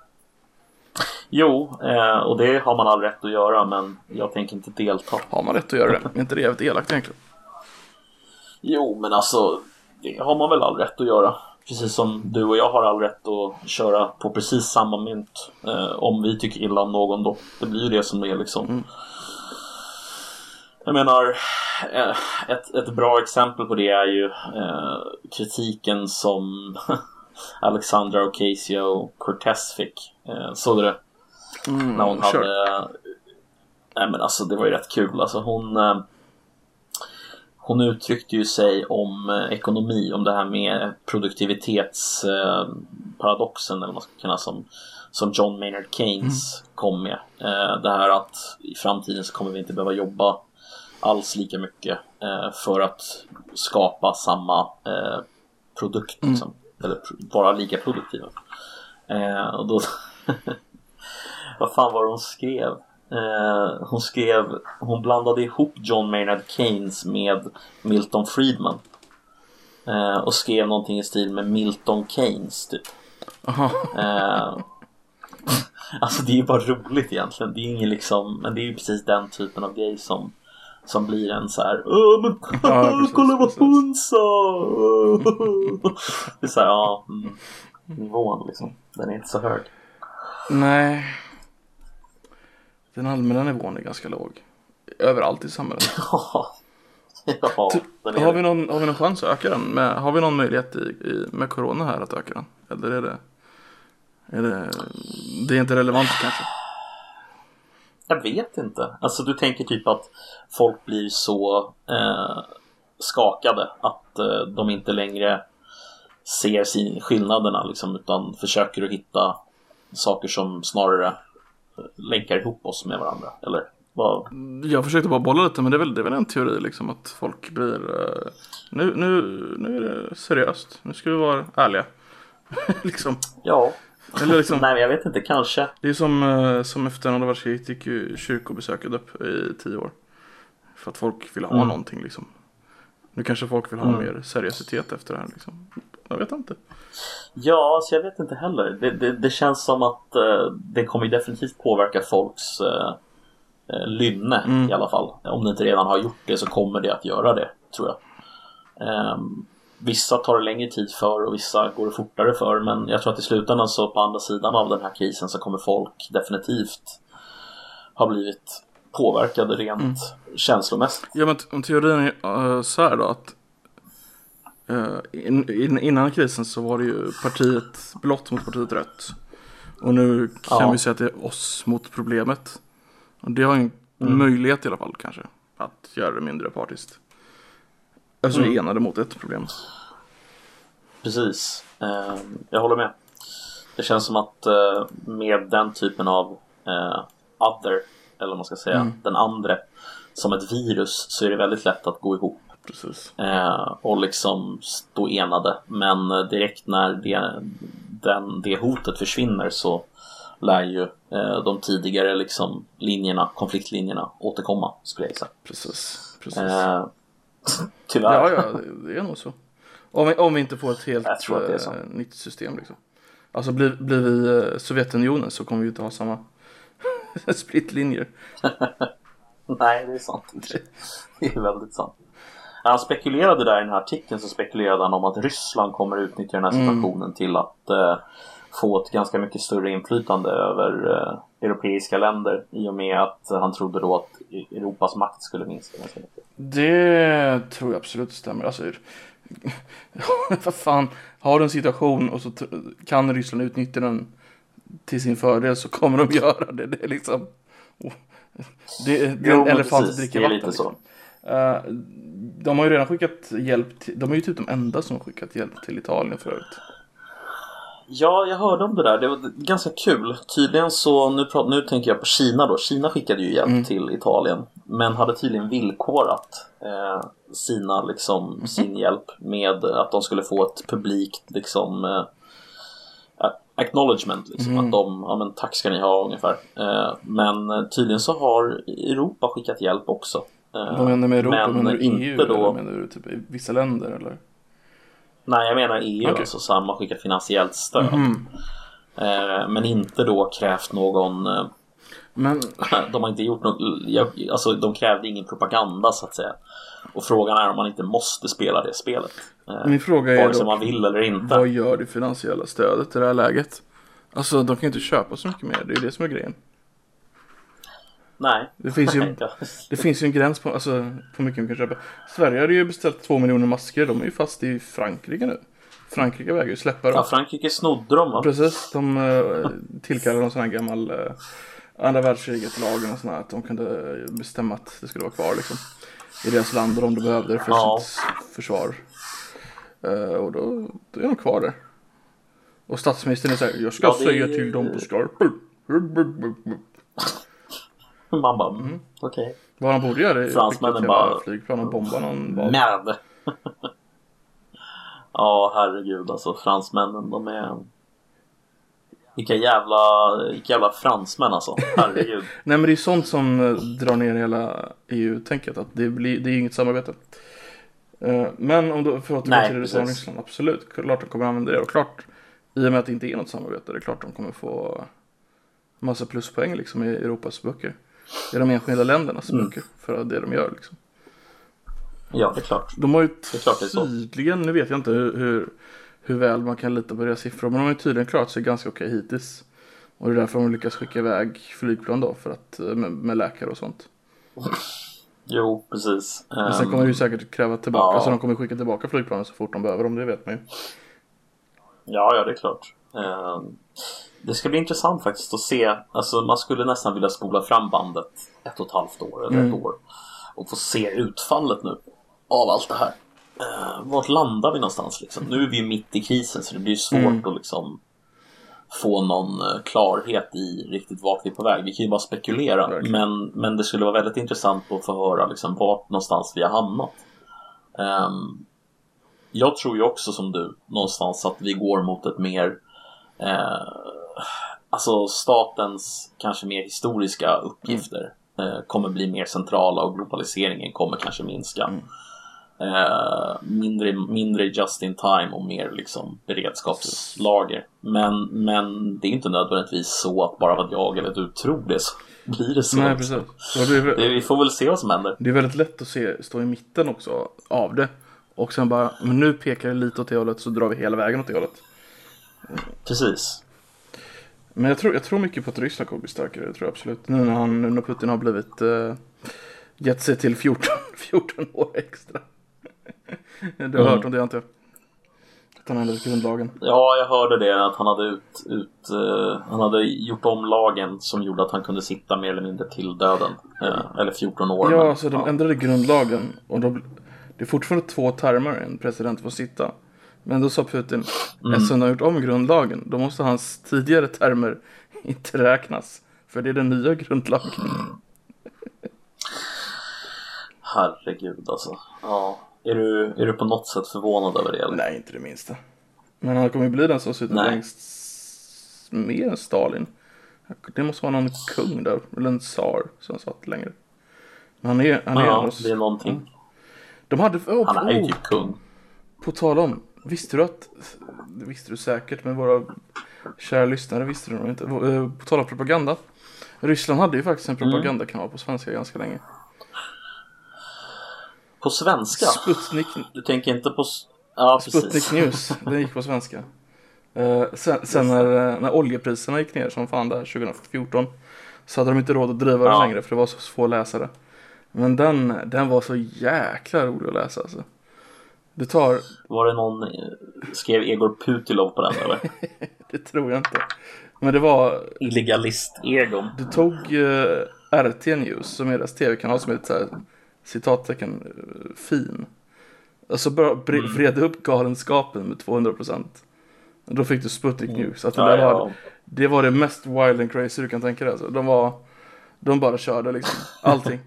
Jo, eh, och det har man all rätt att göra, men jag tänker inte delta. Har man rätt att göra det? Är inte det jävligt elakt egentligen? Jo, men alltså, det har man väl all rätt att göra. Precis som du och jag har all rätt att köra på precis samma mynt. eh, Om vi tycker illa om någon då. Det blir ju det som är liksom mm. Jag menar, eh, ett, ett bra exempel på det är ju eh, kritiken som Alexandra Ocasio-Cortez fick. eh, Såg du det? Mm, När hon sure. hade Nej men alltså, det var ju rätt kul. Alltså hon eh, Hon uttryckte ju sig om eh, ekonomi, om det här med produktivitetsparadoxen, eh, eller vad man ska kunna, som, som John Maynard Keynes mm. kom med. Eh, det här att i framtiden så kommer vi inte behöva jobba alls lika mycket eh, för att skapa samma eh, produkt. Liksom. eller vara lika produktiva. Eh, och då vad fan var det hon skrev? Eh, hon skrev hon blandade ihop John Maynard Keynes med Milton Friedman. Eh, och skrev någonting i stil med Milton Keynes typ. eh, Alltså det är ju bara roligt egentligen. Det är ingen liksom, men det är ju precis den typen av grej som som blir en så här, åh men ja, precis, kolla vad hon sa. Det är så här, ja, mm, nivån liksom, den är inte så hög. Nej. Den allmänna nivån är ganska låg överallt i samhället. Ja. Ja, T- har vi någon har vi någon chans att öka den? Med, har vi någon möjlighet i, i, med corona här att öka den? Eller är det är det det är inte relevant kanske? Jag vet inte. Alltså du tänker typ att folk blir så eh, skakade att eh, de inte längre ser sin skillnaderna liksom, utan försöker att hitta saker som snarare länkar ihop oss med varandra, eller vad? Jag försökte bara bolla lite, men det är väl, det är väl en teori liksom, att folk blir uh, nu, nu, nu är det seriöst, nu ska vi vara ärliga. Liksom. Ja. Eller liksom, nej, jag vet inte, kanske. det är som, uh, som efter andra världskriget gick ju kyrkobesöket upp i tio år för att folk ville ha mm. någonting liksom. Nu kanske folk vill ha mm. mer seriositet efter det här liksom. Jag vet inte. Ja, så jag vet inte heller. Det, det, det känns som att uh, det kommer definitivt påverka folks uh, uh, lynne mm. i alla fall. Om det inte redan har gjort det så kommer det att göra det, tror jag. Um, vissa tar det längre tid för och vissa går det fortare för. Men jag tror att i slutändan så på andra sidan av den här krisen så kommer folk definitivt ha blivit påverkade rent mm. känslomässigt. Ja, men teorin är uh, så här då att Uh, in, in, innan krisen så var det ju partiet blått mot partiet rött. Och nu kan ja. vi säga att det är oss mot problemet. Och det har en mm. möjlighet i alla fall kanske att göra det mindre partiskt. Alltså mm. enade mot ett problem. Precis, uh, jag håller med. Det känns som att uh, med den typen av uh, other, eller vad man ska säga, mm. den andra som ett virus, så är det väldigt lätt att gå ihop. Precis. Eh, och liksom stå enade. Men direkt när det, den, det hotet försvinner så lär ju eh, de tidigare liksom linjerna, konfliktlinjerna återkomma, skulle jag säga. Precis, precis. Eh, tyvärr. Ja, ja, det är nog så. Om vi, om vi inte får ett helt eh, nytt system liksom. Alltså blir, blir vi eh, Sovjetunionen så kommer vi inte ha samma splittlinjer. Nej, det är sant. Det är väldigt sant. Han spekulerade där i den här artikeln, så spekulerade han om att Ryssland kommer utnyttja den här situationen mm. till att eh, få ett ganska mycket större inflytande över eh, europeiska länder, i och med att han trodde då att Europas makt skulle minska. Det tror jag absolut stämmer. Alltså, vad fan, har du en situation och så t- kan Ryssland utnyttja den till sin fördel, så kommer de göra det. Det är liksom oh, det, det är en elefant att dricka vatten liksom. Uh, de har ju redan skickat hjälp till, de är ju typ de enda som har skickat hjälp till Italien förut. Ja, jag hörde om det där. Det var ganska kul. Tydligen så, nu, pratar, nu tänker jag på Kina då. Kina skickade ju hjälp mm. till Italien, men hade tydligen villkorat eh, sina, liksom, mm. sin hjälp med att de skulle få ett publikt liksom, eh, acknowledgement liksom, mm. att de, ja men tack ska ni ha ungefär. Eh, men tydligen så har Europa skickat hjälp också. Vad menar du med Europa? Men menar du inte E U, då... eller menar du typ i vissa länder eller? Nej, jag menar E U, okay. Alltså samma skicka finansiellt stöd. Mm. Eh, men inte då krävt någon eh, men... de har inte gjort något, alltså de krävde ingen propaganda så att säga. Och frågan är om man inte måste spela det spelet. Eh, Min fråga är då, man vill eller inte. Vad gör det finansiella stödet i det här läget? Alltså de kan inte köpa så mycket mer, det är det som är grejen. Nej. Det finns ju, det finns ju en gräns på, alltså, på hur mycket man kan köpa. Sverige hade ju beställt två miljoner masker. De är ju fast i Frankrike nu. Frankrike väger ju släppa dem. Ja, Frankrike snodde dem, va? Precis, de uh, tillkallade någon sån här gammal uh, andra världskriget-lagen och sån här, att de kunde bestämma att det skulle vara kvar liksom, i deras land, och om de behövde det för ja. sitt försvar. Uh, och då, då är de kvar där. Och statsministern är så här, jag ska ja, det... säga till dem på skarpen. Man bara, mm, okej. Okay. Vad han borde göra är fransmännen bara flygplan och bomba någon bas. Merde. Ja, herregud, alltså fransmännen, de är... Vilka jävla, vilka jävla fransmän alltså, herregud. Nej, men det är sånt som drar ner hela E U-tänket, att det, blir, det är inget samarbete. Men om du, för att återgå till U S A och Ryssland, absolut, klart de kommer använda det. Och klart, i och med att det inte är något samarbete, det är klart de kommer få massa pluspoäng liksom i Europas böcker. Det är de enskilda ländernas mm. böcker för det de gör liksom. Ja, det är klart. De har ju det är klart det är tydligen, nu vet jag inte hur, hur, hur väl man kan lita på deras siffror, men de har ju tydligen klarat sig ganska okej hittills. Och det är därför de lyckas skicka iväg flygplan då, för att, med, med läkare och sånt. Jo, precis. Men sen kommer det ju säkert kräva tillbaka, ja. Så de kommer skicka tillbaka flygplanen så fort de behöver dem, det vet man ju. Ja, ja, det är klart. Det ska bli intressant faktiskt att se. Alltså man skulle nästan vilja spola fram bandet ett och ett halvt år eller mm. ett år och få se utfallet nu av allt det här. Vart landar vi någonstans liksom? Nu är vi ju mitt i krisen, så det blir svårt mm. att liksom få någon klarhet i riktigt vart vi är på väg. Vi kan ju bara spekulera, men, men det skulle vara väldigt intressant att få höra liksom vart någonstans vi har hamnat. Um, jag tror ju också som du någonstans att vi går mot ett mer eh, alltså statens kanske mer historiska uppgifter mm. eh, kommer bli mer centrala, och globaliseringen kommer kanske minska. Mm. Eh, mindre, mindre just in time och mer liksom beredskapslager. Men, men det är inte nödvändigtvis så att bara att jag eller du tror det så blir det så. Nej, precis. Det är, det, vi får väl se vad som händer. Det är väldigt lätt att se, stå i mitten också av det. Och sen bara, men nu pekar det lite åt det hållet, så drar vi hela vägen åt det hållet. Precis. Men jag tror, jag tror mycket på att Ryssland kommer bli starkare, det tror jag absolut. Nu när, han, nu när Putin har blivit uh, gett sig till fjorton, fjorton år extra. Du har mm. hört om det, inte? Att han ändrade grundlagen. Ja, jag hörde det, att han hade ut, ut uh, han hade gjort om lagen som gjorde att han kunde sitta mer eller mindre till döden. Uh, eller fjorton år. Ja, men, så alltså, de ja. ändrade grundlagen, och då, det är fortfarande två termer en president får sitta. Men då sa Putin, mm. eftersom de har gjort om grundlagen, då måste hans tidigare termer inte räknas. För det är den nya grundlagen. Herregud alltså. Ja. Är du, är du på något sätt förvånad över det? Eller? Nej, inte det minsta. Men han kommer ju bli den som sitter längst mer än Stalin. Det måste vara någon kung där, eller en tsar som satt längre. Men han är, han är ja, oss, det är någonting. Ja. De hade, oh, han är ju oh, typ kung. På tal om, visste du att, det visste du säkert, men våra kära lyssnare visste du nog inte. På tal om propaganda, Ryssland hade ju faktiskt en propagandakanal mm. på svenska ganska länge. På svenska? Sputnik. Du tänker inte på... Ja, Sputnik News, den gick på svenska. Uh, sen sen när, när oljepriserna gick ner som fan där tjugo fjorton, så hade de inte råd att driva ja. den längre, för det var så få läsare. Men den, den var så jäkla rolig att läsa alltså. Det tar... Var det någon, skrev Egor Putilov på den eller? Det tror jag inte. Men det var... Illegalist-Egon. Det tog uh, R T News, som är deras tv-kanal, som är ett så här, citattecken, uh, fin. Och så bara bre- mm. vred upp galenskapen med tvåhundra procent. Och då fick du Sputnik mm. News. Att det, ja, där ja. Var, det var det mest wild and crazy du kan tänka dig. Alltså. De var... De bara körde liksom. Allting.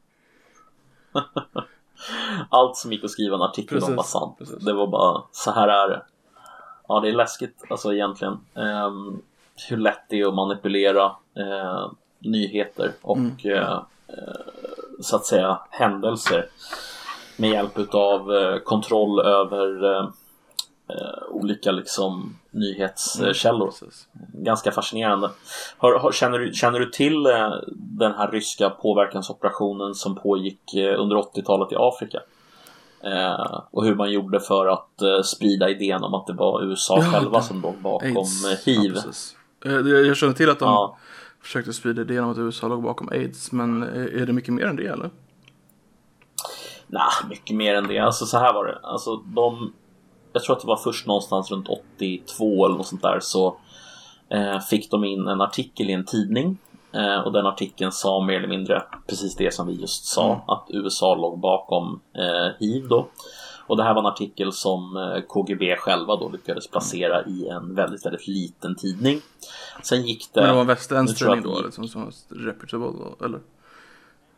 Allt som gick att skriva en artikel precis, om var sant. Precis. Det var bara, så här är det. Ja, det är läskigt alltså egentligen. Um, hur lätt det är att manipulera uh, nyheter och mm. uh, uh, så att säga händelser med hjälp av uh, kontroll över uh, uh, olika liksom nyhetskällor. Mm, Ganska fascinerande. Har, har, känner, du, känner du till uh, den här ryska påverkansoperationen som pågick uh, under åttiotalet i Afrika? Uh, och hur man gjorde för att uh, sprida idén om att det var U S A ja, själva som låg bakom AIDS. H I V. Ja, jag, jag känner till att de ja. försökte sprida idén om att U S A låg bakom AIDS, men är det mycket mer än det eller? Nej, mycket mer än det. Alltså så här var det. Alltså de, jag tror att det var först någonstans runt åttiotvå eller något sånt där, så eh, fick de in en artikel i en tidning. Eh, och den artikeln sa mer eller mindre precis det som vi just sa, mm. att U S A låg bakom eh, H I V då. Och det här var en artikel som eh, K G B själva då lyckades placera mm. i en väldigt, väldigt liten tidning. Sen gick det... Men det var en västerländsk tidning då, liksom, som var reputable då, eller?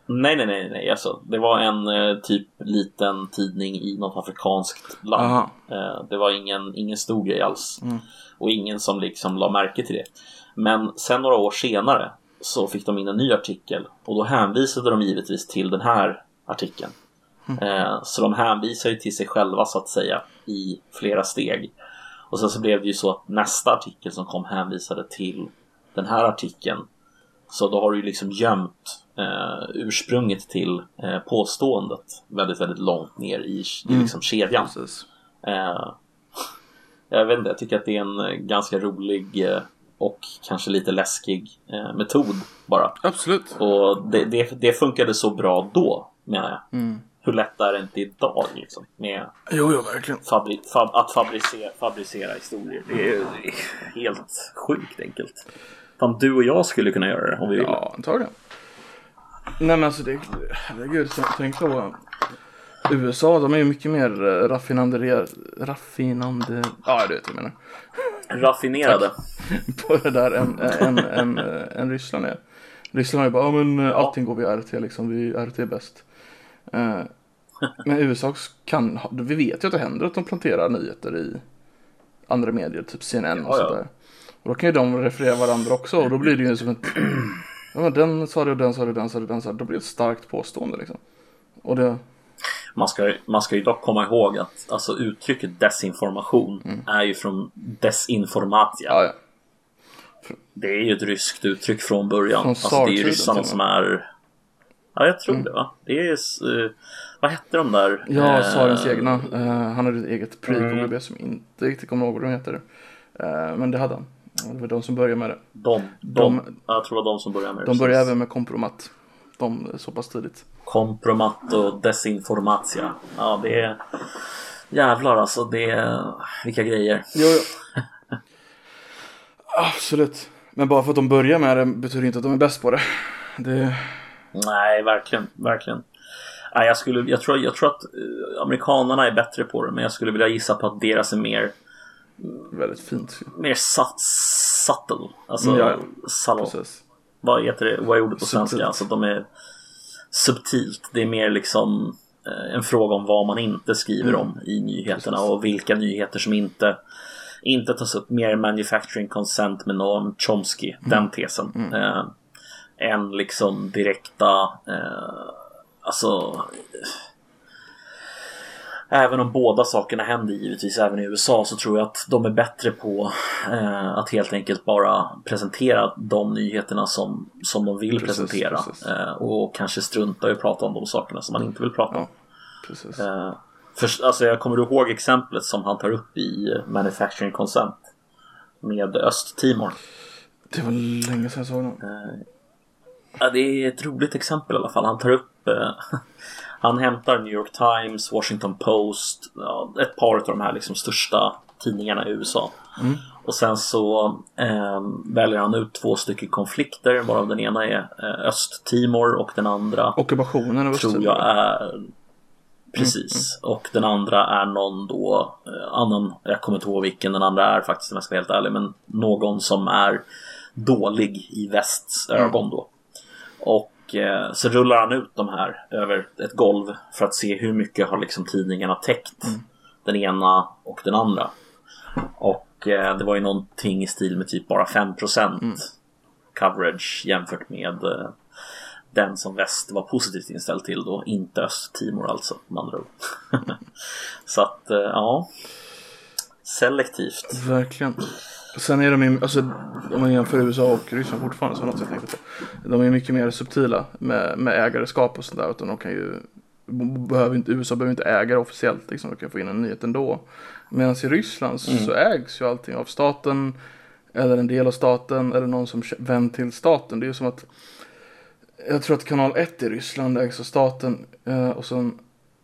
Nej, nej, nej, nej. Alltså, det var en eh, typ liten tidning i något afrikanskt land. Eh, det var ingen, ingen stor grej alls. Mm. Och ingen som liksom la märke till det. Men sen några år senare så fick de in en ny artikel. Och då hänvisade de givetvis till den här artikeln. Mm. Eh, så de hänvisar ju till sig själva så att säga i flera steg. Och sen så blev det ju så att nästa artikel som kom hänvisade till den här artikeln. Så då har du ju liksom gömt eh, ursprunget till eh, påståendet väldigt, väldigt långt ner i, i mm. liksom kedjan. Eh, jag vet inte, jag tycker att det är en ganska rolig eh, och kanske lite läskig eh, metod bara. Absolut. Och det, det, det funkade så bra då, menar jag. Mm. Hur lätt är det inte idag liksom, med jo, jo, verkligen. Fabri, fab, att fabricera, fabricera historier. Det är, det är helt sjukt enkelt. Fan, du och jag skulle kunna göra det om vi vill. Ja, antagligen. Nej men alltså det, herregud, tänk på U S A, de är ju mycket mer raffinande, raffinande, ja du vet vad jag menar. Raffinerade. På det där än, än, än, än Ryssland är. Ryssland är bara, ja men allting går via R T liksom, vi R T är bäst. Men U S A kan, vi vet ju att det händer att de planterar nyheter i andra medier, typ C N N och ja, sådär. Ja. Och då kan ju de referera varandra också. Och då blir det ju som ett ja, men den sa det och den sa det och den sa det och den sa det. Då blir det ett starkt påstående liksom. Och det... man, ska, man ska ju dock komma ihåg att alltså, uttrycket desinformation mm. är ju från desinformatia. Ja, ja. För... det är ju ett ryskt uttryck från början. Från alltså, det är ju ryssarna som är... ja, jag tror mm. det va. Det är uh, vad hette de där? Ja, Tsarens uh, egna. Uh, han hade ett eget pre-K G B som inte riktigt kommer ihåg vad de heter. Uh, men det hade han. Det var de som började med det. De, de, de jag tror det var de som började med det. De började även med kompromat. De så pass tidigt. Kompromat och desinformatia. Ja, det är jävlar alltså. Det är vilka grejer. Jo, jo. Absolut. Men bara för att de börjar med det betyder inte att de är bäst på det. Det... nej, verkligen, verkligen. Nej, jag, skulle, jag, tror, jag tror att amerikanerna är bättre på det. Men jag skulle vilja gissa på att deras är mer... väldigt fint. Mer sat, subtle. Alltså mm, ja, subtle. Vad heter det? Vad är ordet på subtilt. Svenska? Alltså de är subtilt. Det är mer liksom eh, en fråga om vad man inte skriver mm. om i nyheterna. Precis. Och vilka nyheter som inte inte tas upp. Mer manufacturing consent med Noam Chomsky. Mm. Den tesen. Mm. Eh, än liksom direkta eh, alltså... även om båda sakerna händer givetvis även i U S A, så tror jag att de är bättre på eh, att helt enkelt bara presentera de nyheterna som, som de vill precis, presentera precis. Eh, och kanske strunta i att prata om de sakerna som man inte vill prata om. Ja, precis. Eh, för, alltså, jag kommer ihåg exemplet som han tar upp i Manufacturing Consent med Östtimor. Det var länge sedan jag såg någon. Eh, ja, det är ett roligt exempel i alla fall. Han tar upp... Eh, han hämtar New York Times, Washington Post, ja, ett par av de här liksom största tidningarna i U S A. Mm. Och sen så eh, väljer han ut två stycken konflikter, varav den ena är eh, Östtimor och den andra ockupationen av tror jag är precis. Mm. Och den andra är någon då eh, annan, jag kommer inte ihåg vilken den andra är faktiskt om jag ska vara helt ärlig, men någon som är dålig i västs ögon mm. då. Och så rullar han ut de här över ett golv för att se hur mycket har liksom tidningarna täckt mm. den ena och den andra. Och eh, det var ju någonting i stil med typ bara fem procent mm. coverage jämfört med eh, den som väst var positivt inställd till då, inte Östtimor alltså, man andra ord. Så att, eh, ja, selektivt. Verkligen. Sen är de ju, alltså om man jämför U S A och Ryssland fortfarande så något jag tänkte på. De är mycket mer subtila med, med ägarskap och sådär, utan de kan ju behöver inte, U S A behöver inte äga officiellt liksom, de kan få in en nyhet ändå. Medan i Ryssland mm. så ägs ju allting av staten eller en del av staten eller någon som vän till staten. Det är ju som att jag tror att kanal ett i Ryssland ägs av staten och sen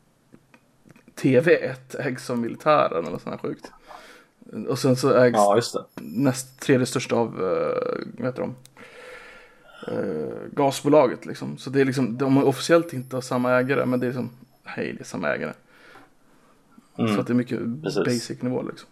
T V ett ägs av militären eller sånt här sjukt. Och sen så ägs ja, just det. näst tredje största av uh, vad heter de? Uh, gasbolaget liksom. Så det är liksom, de har officiellt inte samma ägare, men det är liksom, hej, det är samma ägare. Mm. Så att det är mycket precis. Basic nivå liksom.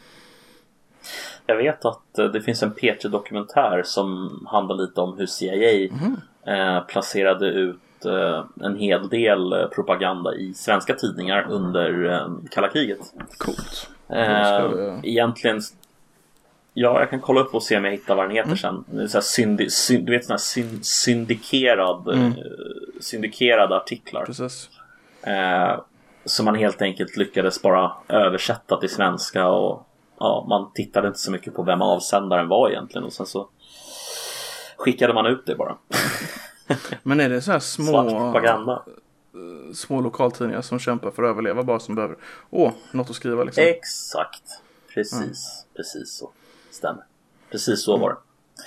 Jag vet att det finns en P tre-dokumentär som handlar lite om hur C I A mm. eh, placerade ut ut eh, en hel del eh, propaganda i svenska tidningar under eh, kalla kriget. Coolt. Eh, egentligen, ja, jag kan kolla upp och se om jag hittar vad den heter mm. sen. Det är så här syndi, synd, du vet sån här synd, syndikerad, mm. eh, syndikerade artiklar. Precis. Eh, som man helt enkelt lyckades bara översätta till svenska och ja, man tittade inte så mycket på vem avsändaren var egentligen och sen så skickade man ut det bara. Men är det så här små Svart propaganda. Små lokaltidningar som kämpar för att överleva bara som behöver åh, något att skriva liksom? Exakt. Precis. Mm. Precis så. Stämmer. Precis så var det.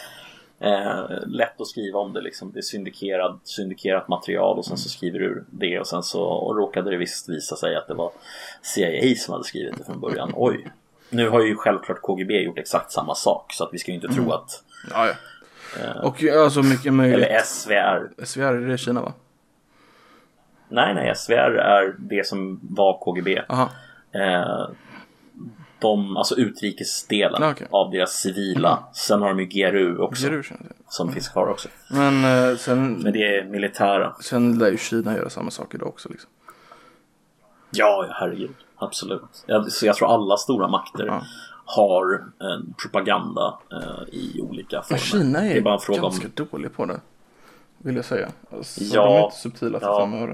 Eh, lätt att skriva om det liksom. Det är syndikerad, syndikerat material och sen så skriver du det och sen så och råkade det visst visa sig att det var C I A som hade skrivit det från början. Oj. Nu har ju självklart K G B gjort exakt samma sak så att vi ska ju inte tro att ja, ja. Eh, och alltså mycket möjligt. Eller S V R. S V R är det i Kina va? Nej, nej, S V R är det som var K G B. Aha. Eh, de, alltså utrikesdelen ah, okay. av deras civila. Mm. Sen har de ju G R U också. G R U, som mm. finns kvar också. Men, eh, sen, Men det är militära. Sen lär ju Kina göra samma sak idag också liksom. Ja, herregud. Absolut. Jag, så jag tror alla stora makter ja. har en propaganda eh, i olika former. Men Kina är, det är bara en fråga ganska om... dålig på det. Vill jag säga. Alltså, ja, de är inte subtila för ja. framöver.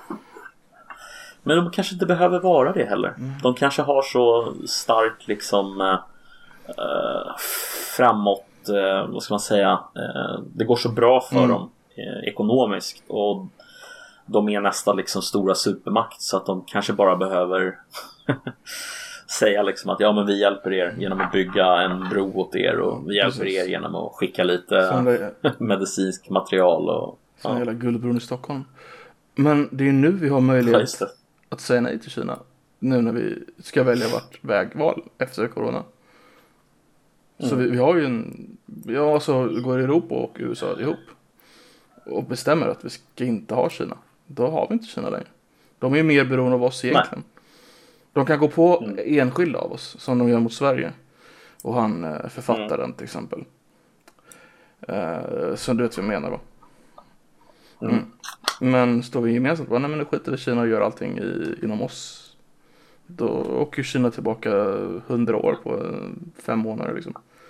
Men de kanske inte behöver vara det heller. Mm. De kanske har så starkt liksom eh, framåt, eh, vad ska man säga, eh, det går så bra för mm. dem eh, ekonomiskt och de är nästan liksom stora supermakt så att de kanske bara behöver säga liksom att ja men vi hjälper er genom att bygga en bro åt er och vi hjälper Precis. er genom att skicka lite det... medicinsk material och som ja. hela guldbron i Stockholm. Men det är nu vi har möjlighet ja, att säga nej till Kina nu när vi ska välja vart vägval efter corona. Mm. Så vi, vi har ju en ja så går Europa och U S A ihop och bestämmer att vi ska inte ha Kina. Då har vi inte Kina längre. De är ju mer beroende av oss egentligen. Nej. De kan gå på mm. enskilda av oss som de gör mot Sverige. Och han författaren mm. till exempel. Uh, så du vet vad jag menar va? Mm. Mm. Men står vi gemensamt bara, nej men nu skiter vi i Kina och gör allting i, inom oss. Då åker Kina tillbaka hundra år på fem månader liksom.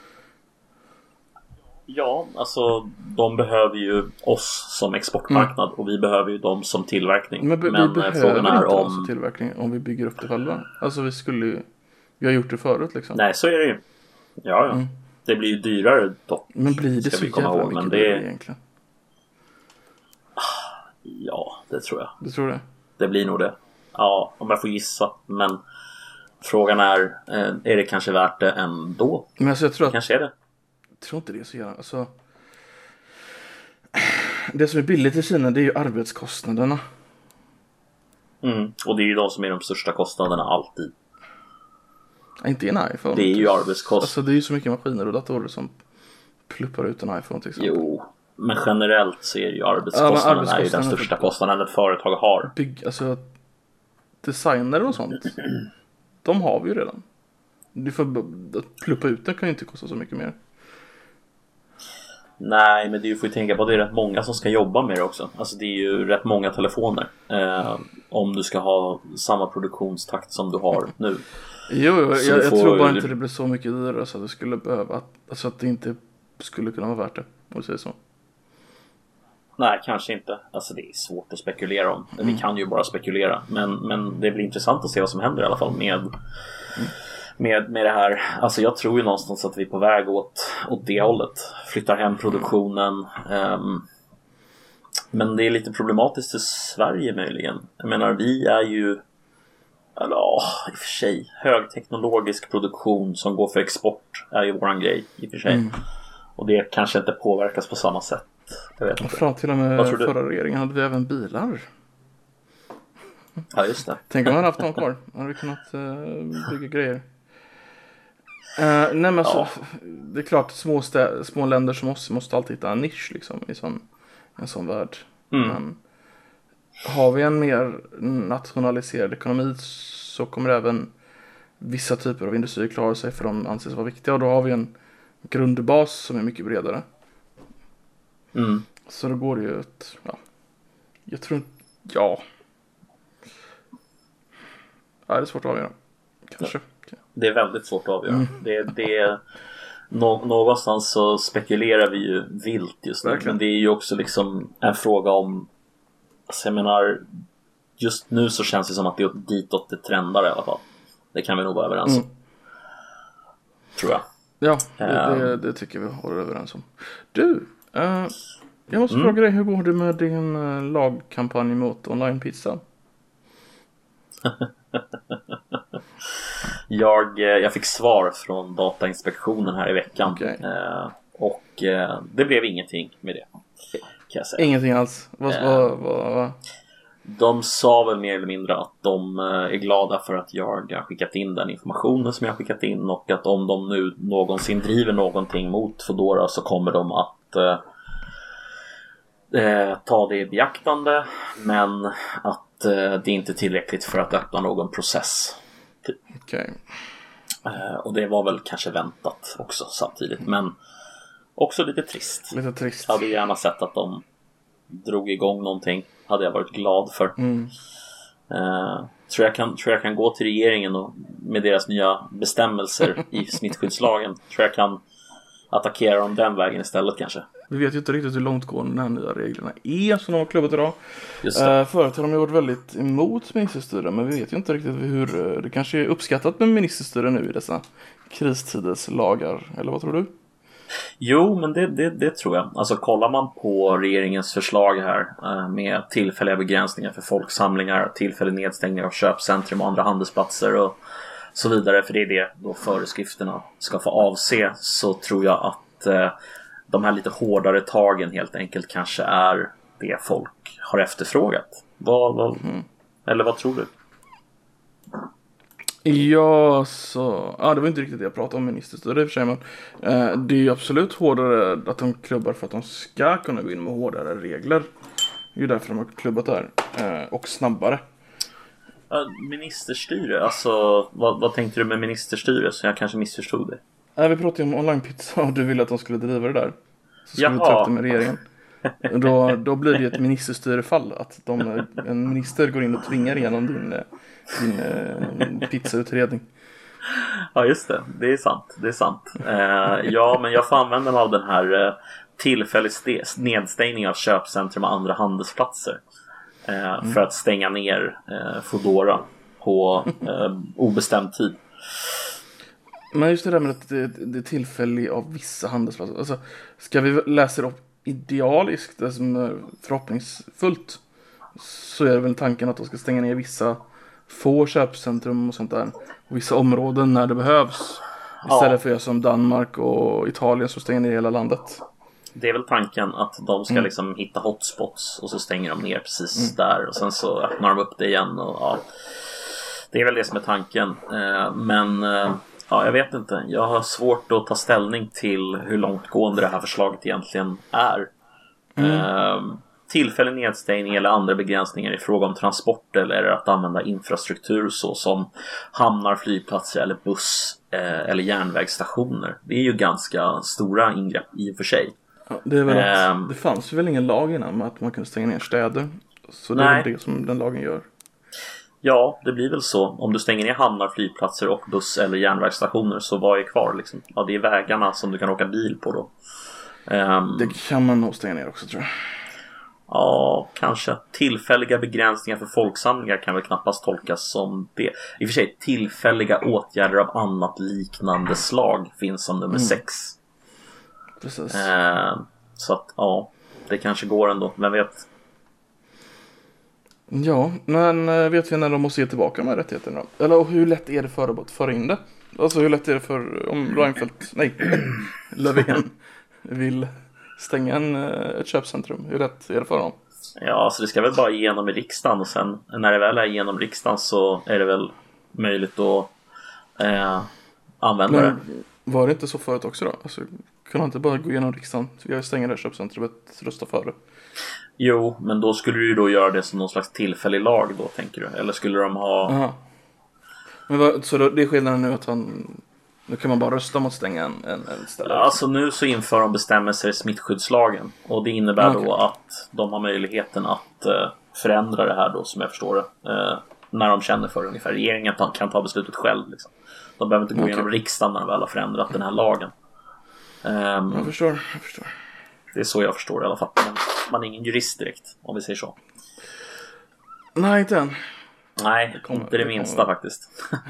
Ja, alltså de behöver ju oss som exportmarknad mm. och vi behöver ju dem som tillverkning. Men, be- men vi behöver frågan är inte om... oss som tillverkning om vi bygger upp det själva. Alltså vi skulle ju, vi har gjort det förut liksom. Nej, så är det ju. Ja, ja. Mm. Det blir ju dyrare dock. Men blir det så jävla ihåg, mycket det... dyrare egentligen? Ja, det tror jag. Du tror det? Det blir nog det. Ja, om jag får gissa. Men frågan är, är det kanske värt det ändå? Men alltså jag tror att... Kanske är det. Jag tror inte det är så gärna. Alltså, det som är billigt i Kina det är ju arbetskostnaderna. Mm. Och det är ju de som är de största kostnaderna alltid. Ja, inte i en iPhone. Det är ju arbetskostnader. Alltså det är ju så mycket maskiner och datorer som pluppar ut en iPhone till exempel. Jo, men generellt så är det ju arbetskostnaden, ja, arbetskostnaden är ju den största kostnaden ett företag har. Bygg, alltså designer och sånt. De har vi ju redan. Du får, att pluppa ut det kan ju inte kosta så mycket mer. Nej, men du får ju tänka på att det är rätt många som ska jobba med det också. Alltså det är ju rätt många telefoner eh, om du ska ha samma produktionstakt som du har nu. Jo, jag, jag, jag får... tror bara inte det blir så mycket dyrare så att det skulle behöva, alltså att det inte skulle kunna vara värt det, om du säger så. Nej, kanske inte. Alltså det är svårt att spekulera om. Mm. Vi kan ju bara spekulera. Men, men det blir intressant att se vad som händer i alla fall med, mm. med, med det här. Alltså jag tror ju någonstans att vi är på väg åt, åt det hållet. Flyttar hem produktionen. Um, men det är lite problematiskt i Sverige möjligen. Jag menar, vi är ju eller, åh, i och för sig högteknologisk produktion som går för export är ju våran grej i och för sig. Mm. Och det kanske inte påverkas på samma sätt. Jag vet inte. Fram till och med förra regeringen hade vi även bilar. Ja, just det. Tänk om man hade haft dem kvar. Man hade kunnat uh, bygga grejer. Uh, nej men alltså, ja. Det är klart små, stä- små länder som oss måste alltid hitta en nisch liksom, i sån, en sån värld. Mm. Men har vi en mer nationaliserad ekonomi så kommer även vissa typer av industri klara sig för de anses vara viktiga. Och då har vi en grundbas som är mycket bredare. Mm. Så då går det ju att ja, Jag tror inte, ja. Ja, det är svårt att avgöra. Kanske. Ja. Det är väldigt svårt att avgöra. Mm. Det, det, nå, någonstans så spekulerar vi ju vilt just nu. Verkligen. Men det är ju också liksom en fråga om, alltså jag menar, just nu så känns det som att det är ditåt det trendar i alla fall. Det kan vi nog vara överens om. Mm. Tror jag. Ja, det, um, det, det tycker vi håller överens om. Du, uh, jag måste mm. fråga dig, hur går det med din uh, lagkampanj mot online-pizza? jag, jag fick svar från Datainspektionen här i veckan. Okay. Uh, och uh, det blev ingenting med det, kan jag säga. Ingenting alls? Vad, uh, vad, vad, vad? De sa väl mer eller mindre att de är glada för att jag har skickat in den informationen som jag har skickat in, och att om de nu någonsin driver någonting mot Foodora så kommer de att eh, ta det i beaktande, men att eh, det är inte tillräckligt för att öppna någon process. Okay. Eh, och det var väl kanske väntat också samtidigt, men också lite trist. Lite trist. Jag hade gärna sett att de drog igång någonting. Hade jag varit glad för. Mm. Uh, tror, jag kan, tror jag kan gå till regeringen och med deras nya bestämmelser i smittskyddslagen, tror jag kan attackera dem den vägen istället kanske. Vi vet ju inte riktigt hur långtgående de här nya reglerna är som de har klubbat idag. Just det. Uh, förut har de ju varit väldigt emot ministerstyre, men vi vet ju inte riktigt hur det kanske är uppskattat med ministerstyre nu i dessa kristiders lagar, eller vad tror du? Jo, men det, det, det tror jag. Alltså kollar man på regeringens förslag här eh, med tillfälliga begränsningar för folksamlingar, tillfällig nedstängning av köpcentrum och andra handelsplatser och så vidare, för det är det då föreskrifterna ska få avse, så tror jag att eh, de här lite hårdare tagen helt enkelt kanske är det folk har efterfrågat. Vad, vad, mm. Eller vad tror du? Ja, så... Ja, det var inte riktigt det jag pratade om ministerstyre i och för sig, men eh, det är ju absolut hårdare att de klubbar för att de ska kunna gå in med hårdare regler. Det är ju därför de har klubbat där. Eh, och snabbare. Ja, ministerstyre, alltså vad, vad tänkte du med ministerstyre, så jag kanske missförstod det? Nej, vi pratade ju om online-pizza och du ville att de skulle driva det där. Så skulle vi ta upp det med regeringen. Då, då blir det ju ett ministerstyrefall, att de, en minister går in och tvingar igenom din... din eh, pizzautredning. Ja, just det, det är sant, det är sant. eh, Ja, men jag får använda mig av den här eh, tillfällig st- nedstängning av köpcentrum och andra handelsplatser eh, mm. för att stänga ner eh, Foodora på eh, obestämd tid. Men just det där med att det, det är tillfällig av vissa handelsplatser, alltså, ska vi läsa det upp idealiskt, det som är förhoppningsfullt, så är det väl tanken att de ska stänga ner vissa få köpcentrum och sånt där, och vissa områden när det behövs, istället ja. för att som Danmark och Italien som stänger ner hela landet. Det är väl tanken att de ska mm. liksom hitta hotspots och så stänger de ner precis mm. där, och sen så öppnar de upp det igen, och ja, det är väl det som är tanken. Men ja, jag vet inte, jag har svårt att ta ställning till hur långtgående det här förslaget egentligen är. mm. Tillfällig nedstängning eller andra begränsningar i fråga om transport eller att använda infrastruktur så som hamnar, flygplatser eller buss eh, eller järnvägsstationer. Det är ju ganska stora ingrepp i och för sig. Ja, det är väl att, um, det fanns väl ingen lag innan med att man kunde stänga ner städer. Så det nej. är väl det som den lagen gör. Ja, det blir väl så. Om du stänger ner hamnar, flygplatser och buss eller järnvägsstationer, så vad är kvar liksom? Ja, det är vägarna som du kan åka bil på då. Um, det kan man nog stänga ner också, tror jag. Ja, kanske. Tillfälliga begränsningar för folksamlingar kan väl knappast tolkas som det. I och för sig, tillfälliga åtgärder av annat liknande slag finns som nummer mm. sex. Precis. Eh, så att, ja, det kanske går ändå. Vem vet? Ja, men vet vi när de måste ge tillbaka de här rättigheterna? Eller hur lätt är det för dem att föra in det? Alltså hur lätt är det för om Reinfeldt, nej, Löfven vill stänga en, ett köpcentrum? Hur lätt är det för dem? Ja, så det ska väl bara igenom i riksdagen, och sen när det väl är igenom riksdagen så är det väl möjligt att eh, använda men, det. Var det inte så förut också då? Alltså, kunde inte bara gå igenom riksdagen? Jag stänger det köpcentrumet, rösta för det. Jo, men då skulle du ju då göra det som någon slags tillfällig lag då, tänker du? Eller skulle de ha... Aha. Men vad, så då, det är skillnaden nu att han... Nu kan man bara rösta mot att stänga en, en, en ställe. Alltså nu så inför de bestämmelser i smittskyddslagen. Och det innärbär okay. då att de har möjligheten att att eh, förändra det här då, som jag förstår det. Eh, när de känner för det ungefär. Regeringen kan ta beslutet själv liksom. De behöver inte gå okay. igenom riksdagen när de väl har förändrat den här lagen. Um, jag förstår, jag förstår. Det är så jag förstår det i alla fall. Men man är ingen jurist direkt, om vi säger så. Nej, inte än. Nej, det kommer, inte det, det minsta kommer. Faktiskt.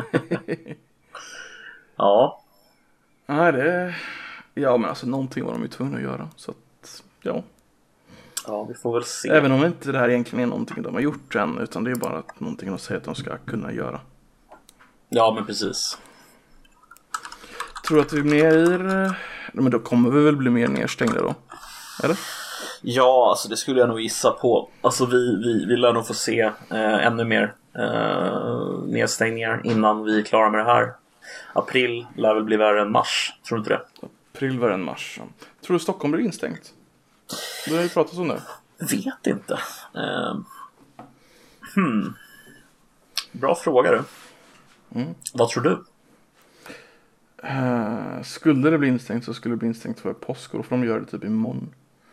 Ja. Nej, det... Ja, men alltså någonting var de ju tvungna att göra. Så att, ja. Ja, vi får väl se. Även om inte det här egentligen är någonting de har gjort än, utan det är bara att någonting de säger att de ska kunna göra. Ja, men precis. Tror du att vi blir... Men då kommer vi väl bli mer nedstängda då? Eller? Ja, alltså det skulle jag nog gissa på. Alltså vi, vi, vi lär nog få se eh, ännu mer eh, nedstängningar innan vi är klara med det här. April lär väl bli värre än mars, tror du inte det? April värre än mars. Tror du Stockholm blir instängt? Det har ju pratat om det. Vet inte. Eh, hmm. Bra fråga du. Mm. Vad tror du? Uh, skulle det bli instängt så skulle det bli instängt för påsk. Och då får de göra det typ imorgon.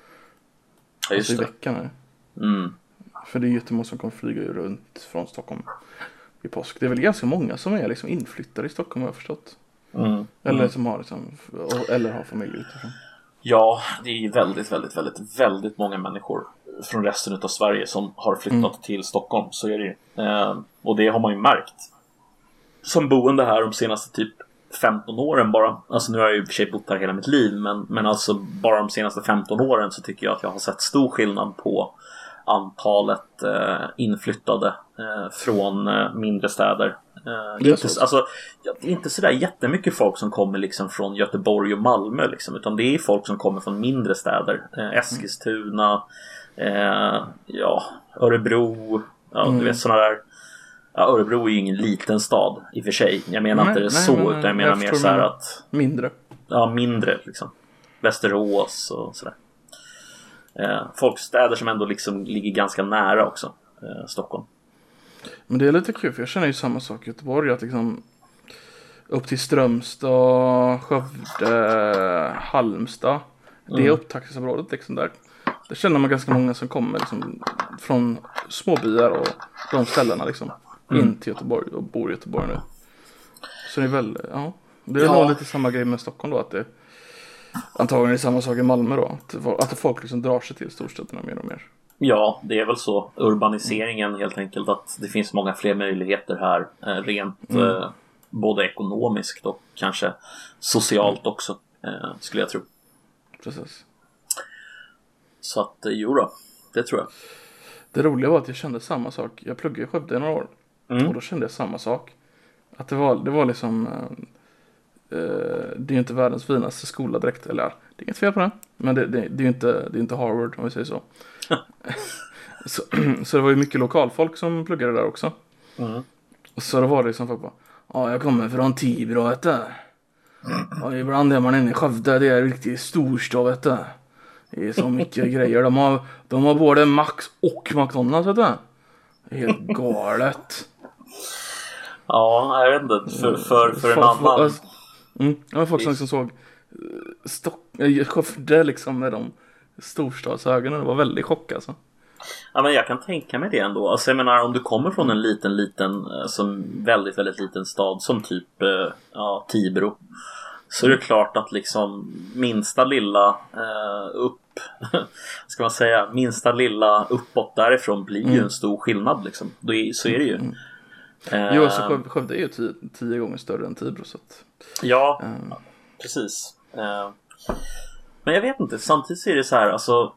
Ja, just alltså det. I veckan här. Mm. För det är jättemånga som kommer flyga runt från Stockholm i påsk. Det är väl ganska många som är liksom inflyttade i Stockholm, har jag förstått. Mm. Eller mm. som har liksom, eller har familj utifrån. Ja, det är väldigt, väldigt, väldigt, väldigt många människor från resten av Sverige som har flyttat mm. till Stockholm. Så är det ju. Eh, och det har man ju märkt. Som boende här de senaste typ femton åren bara. Alltså nu har jag ju i och för sig bott här hela mitt liv. Men, men alltså bara de senaste femton åren så tycker jag att jag har sett stor skillnad på antalet eh, inflyttade eh, från eh, mindre städer. Eh, inte, alltså, det är inte sådär jättemycket folk som kommer liksom från Göteborg och Malmö liksom, utan det är folk som kommer från mindre städer. Eh, Eskilstuna, eh, ja, Örebro, ja, mm. du vet sådana där. Ja, Örebro är ju ingen liten stad i och för sig. Jag menar nej, inte det nej, så, men, utan jag menar jag mer så här att... Mindre. Ja, mindre liksom. Västerås och sådär. Eh, folkstäder som ändå liksom ligger ganska nära också. Eh, Stockholm. Men det är lite kul, för jag känner ju samma sak i Göteborg. Att liksom upp till Strömstad, Skövde, Halmstad. Det är mm. upptaxningsområdet liksom där. Det känner man ganska många som kommer liksom från småbyar och de ställena liksom. Mm. In till Göteborg och bor i Göteborg nu. Så det är väl, ja. Det är ja. nog lite samma grej med Stockholm då. Att det antagligen är samma sak i Malmö då. Att, att folk liksom drar sig till storstäderna mer och mer. Ja, det är väl så. Urbaniseringen mm. helt enkelt. Att det finns många fler möjligheter här. Eh, rent mm. eh, både ekonomiskt och kanske socialt också. Eh, skulle jag tro. Precis. Så att, eh, jo då. Det tror jag. Det roliga var att jag kände samma sak. Jag pluggade i Skövde i några år. Mm. Och då kände jag samma sak. Att det var, det var liksom... Eh, det är ju inte världens finaste skola direkt. Eller det är inget fel på den. Men det, det, det är ju inte, det är inte Harvard, om vi säger så. så. Så det var ju mycket lokalfolk som pluggade där också. Mm. Så då var det liksom folk bara... Ja, jag kommer från Tibro, vet du. Och ibland är man inne i Skövde. Det är riktigt storstad, vet du. Det är så mycket grejer. De har, de har både Max och McDonalds, vet du. Det är helt galet. Ja, jag vet inte. För, för, för en folk, annan... Alltså, mm, det var folk som liksom såg Stock, Skövde liksom med de storstadsögonen. Det var väldigt chock alltså. Ja, men jag kan tänka mig det ändå. Alltså jag menar, om du kommer från en liten, liten som väldigt, väldigt liten stad som typ ja, Tibro, så är det klart att liksom minsta lilla eh, upp ska man säga, minsta lilla uppåt därifrån blir mm. ju en stor skillnad liksom. Då är, så är det ju. Mm. Eh, jo, så Skövde är ju tio, tio gånger större än Tibro så att, ja, eh. precis. Eh, men jag vet inte, samtidigt är det så här, alltså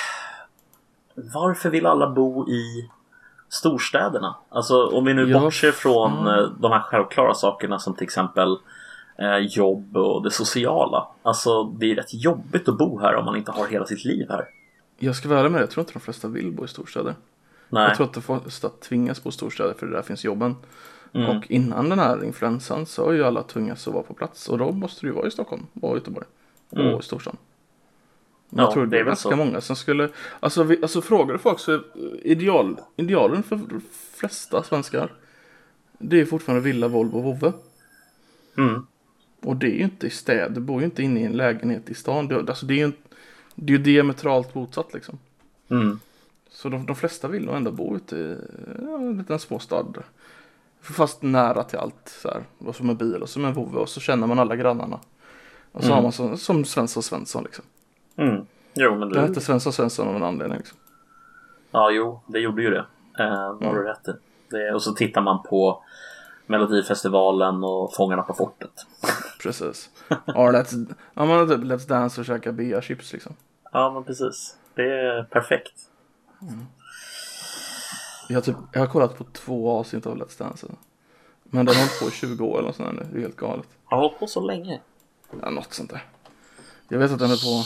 varför vill alla bo i storstäderna? Alltså om vi nu ja. bortser från mm. de här självklara sakerna som till exempel eh, jobb och det sociala. Alltså det är rätt jobbigt att bo här om man inte har hela sitt liv här. Jag ska vara ärlig med det, jag tror inte de flesta vill bo i storstäder. Nej. Jag tror att de flesta tvingas bo i storstäder för det där finns jobben. Mm. Och innan den här influensan så har ju alla tvingats att vara på plats. Och då måste du ju vara i Stockholm och Göteborg mm. och i storstan. Men jag ja, tror det är ganska så. Många som skulle... Alltså, vi, alltså frågar du folk så är ideal, idealen för de flesta svenskar det är fortfarande villa, Volvo och Vove. Mm. Och det är ju inte i städer. Du bor ju inte inne i en lägenhet i stan. Det, alltså, det är ju det är ju diametralt motsatt liksom. Mm. Så de, de flesta vill nog ändå bo ute i ja, en liten småstad. Fast nära till allt. Så här. Och som en bil och som en vovve. Och så känner man alla grannarna. Och så mm. har man så, som Svensson Svensson liksom. Mm. Jo, men det... det heter Svensson Svensson av en anledning liksom. Ja, jo, det gjorde ju det. Eh, var mm. du rätt i. Det, och så tittar man på Melodifestivalen och Fångarna på fortet. Precis. Ja, let's, ja, man typ Let's Dance och käka bea-chips liksom. Ja, men precis. Det är perfekt. Mm. Jag, typ, jag har kollat på två avsnitt av Let's Dance. Men den har hållit på i tjugo år eller sånt där. Det är helt galet. Har hållit på så länge? Ja, något sånt där. Jag vet att den är på...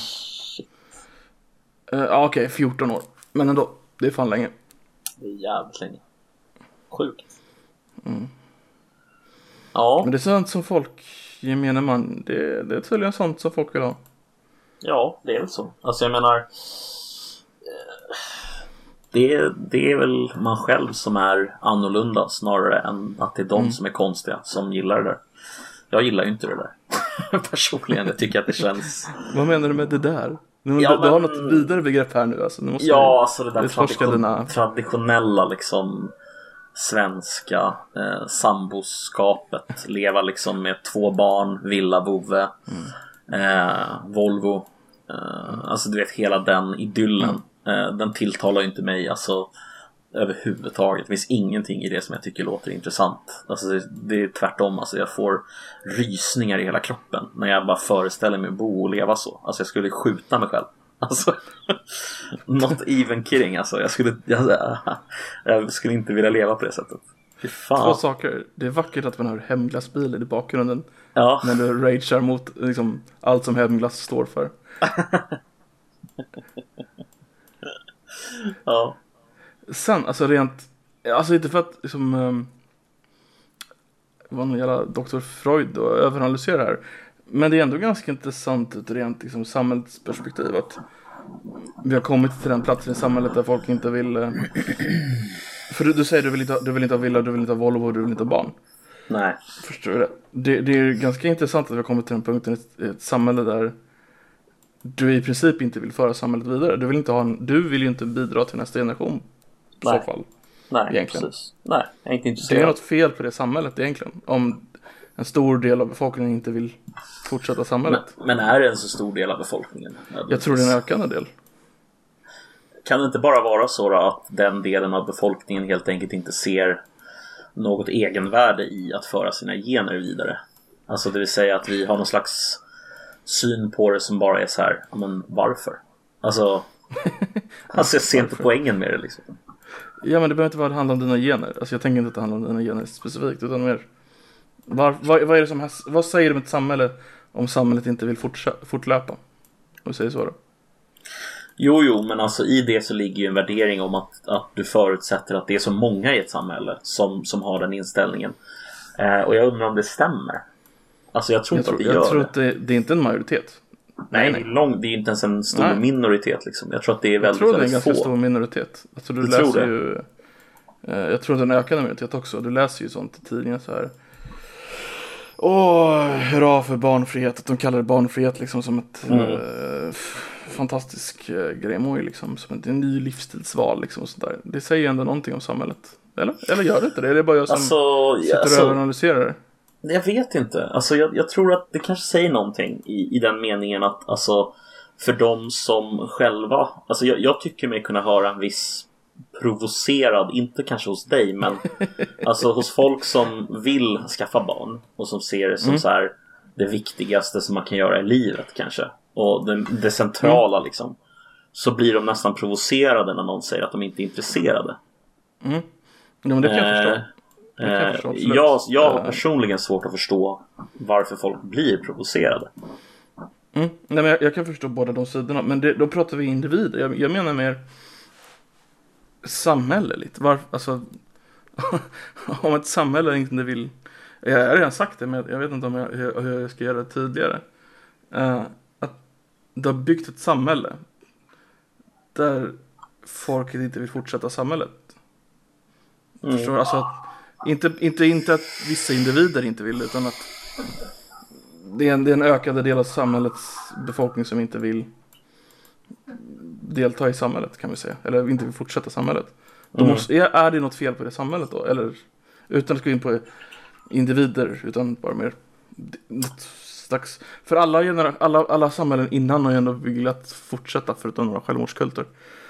Uh, ja, okej, okay, fjorton år. Men ändå, det är fan länge. Det är jävligt länge. Sjukt. Mm. Ja. Men det är sånt som folk, gemene man, det, det är tydligen sånt som folk vill ha. Ja, det är väl så. Alltså jag menar, det, det är väl man själv som är annorlunda snarare än att det är de mm. som är konstiga som gillar det där. Jag gillar ju inte det där. Personligen, jag tycker att det känns... Vad menar du med det där? Du, ja, du, men... du har något vidare begrepp här nu alltså. Nu måste ja, du... alltså det där tradition... dina... traditionella liksom svenska eh, samboskapet. Leva liksom med två barn, villa, vovve, mm. eh, Volvo. Eh, alltså du vet hela den idyllen. Mm. Eh, den tilltalar ju inte mig alltså överhuvudtaget. Det finns ingenting i det som jag tycker låter intressant. Alltså det, det är tvärtom. Alltså jag får rysningar i hela kroppen när jag bara föreställer mig att bo och leva så. Alltså jag skulle skjuta mig själv. Alltså, not even kidding alltså. Jag skulle, jag, jag skulle inte vilja leva på det sättet. Fy fan. Två saker. Det är vackert att man har hemglassbilen i bakgrunden. Ja. När du ragear mot liksom, allt som hemglass står för. Ja. Sen, alltså rent, alltså inte för att liksom, um, vad någon jävla doktor Freud och överanalysera det här. Men det är ändå ganska intressant ut rent liksom, samhällsperspektiv att vi har kommit till den platsen i samhället där folk inte vill uh, för du, du säger du vill inte, du vill inte ha villa, du vill inte ha Volvo, du vill inte ha barn. Nej. Förstår du det? Det, det är ganska intressant att vi har kommit till den punkten i ett samhälle där du i princip inte vill föra samhället vidare. Du vill inte ha en, du vill ju inte bidra till nästa generation. I så fall. Nej, egentligen. Precis. Nej, jag är inte intresserad. Det är något fel på det samhället egentligen. Om en stor del av befolkningen inte vill fortsätta samhället. Men, men är det en så stor del av befolkningen? Jag tror det är en ökande del. Kan det inte bara vara så då att den delen av befolkningen helt enkelt inte ser något egenvärde i att föra sina gener vidare? Alltså det vill säga att vi har någon slags syn på det som bara är så här, men varför? Alltså, alltså jag ser inte poängen med det liksom. Ja, men det behöver inte vara handla om dina gener. Alltså jag tänker inte att det handlar om dina gener specifikt, utan mer var, vad, vad är det som vad säger du om ett samhälle om samhället inte vill fortsätta, fortlöpa? Om du säger så då. Jo, jo, men alltså i det så ligger ju en värdering om att, att du förutsätter att det är så många i ett samhälle som, som har den inställningen. Eh, och jag undrar om det stämmer. Alltså jag tror jag inte tror, att det jag gör tror det. att det, det är inte en majoritet. Nej, nej. Det, är lång, det är inte ens en stor nej. minoritet liksom. Jag tror att det är väldigt, jag tror det är en väldigt ganska få. stor minoritet. Alltså, du, du läser tror det? Ju, eh, jag tror att det är en ökande minoritet också. Du läser ju sånt i tidningen så här. Åh, hurra för barnfrihet. Att de kallar det barnfrihet liksom som ett mm. eh, fantastisk eh, grej liksom. Som ett en ny livsstilsval liksom och sånt där. Det säger ju ändå någonting om samhället. Eller? Eller gör det inte det? Är det bara jag som alltså, sitter ja, alltså, och överanalyserar det? Jag vet inte. Alltså jag, jag tror att det kanske säger någonting i, i den meningen att alltså, för de som själva, alltså jag, jag tycker mig kunna höra en viss provocerad, inte kanske hos dig, men alltså hos folk som vill skaffa barn och som ser det som mm. så här det viktigaste som man kan göra i livet kanske, och det, det centrala mm. liksom, så blir de nästan provocerade när någon säger att de inte är intresserade. Mm. Ja, men det kan jag förstå. Eh, Jag, förstå, jag, jag har personligen svårt att förstå varför folk blir provocerade. Mm. Nej, men jag, jag kan förstå båda de sidorna. Men det, då pratar vi individer. Jag, jag menar mer samhälleligt. Var, alltså, om ett samhälle inte vill... Jag har redan sagt det, men jag vet inte om jag, hur, hur jag ska göra det tydligare. Uh, att du har byggt ett samhälle där folket inte vill fortsätta samhället. Mm. Förstår du? Alltså att Inte, inte, inte att vissa individer inte vill, utan att det är en, det är en ökade del av samhällets befolkning som inte vill delta i samhället, kan vi säga. Eller inte vill fortsätta samhället. Då Mm. måste, är, är det något fel på det samhället då? Eller utan att gå in på individer, utan bara mer något slags, för alla, genera- alla, alla samhällen innan har ju ändå velat fortsätta förutom några självmordskulter.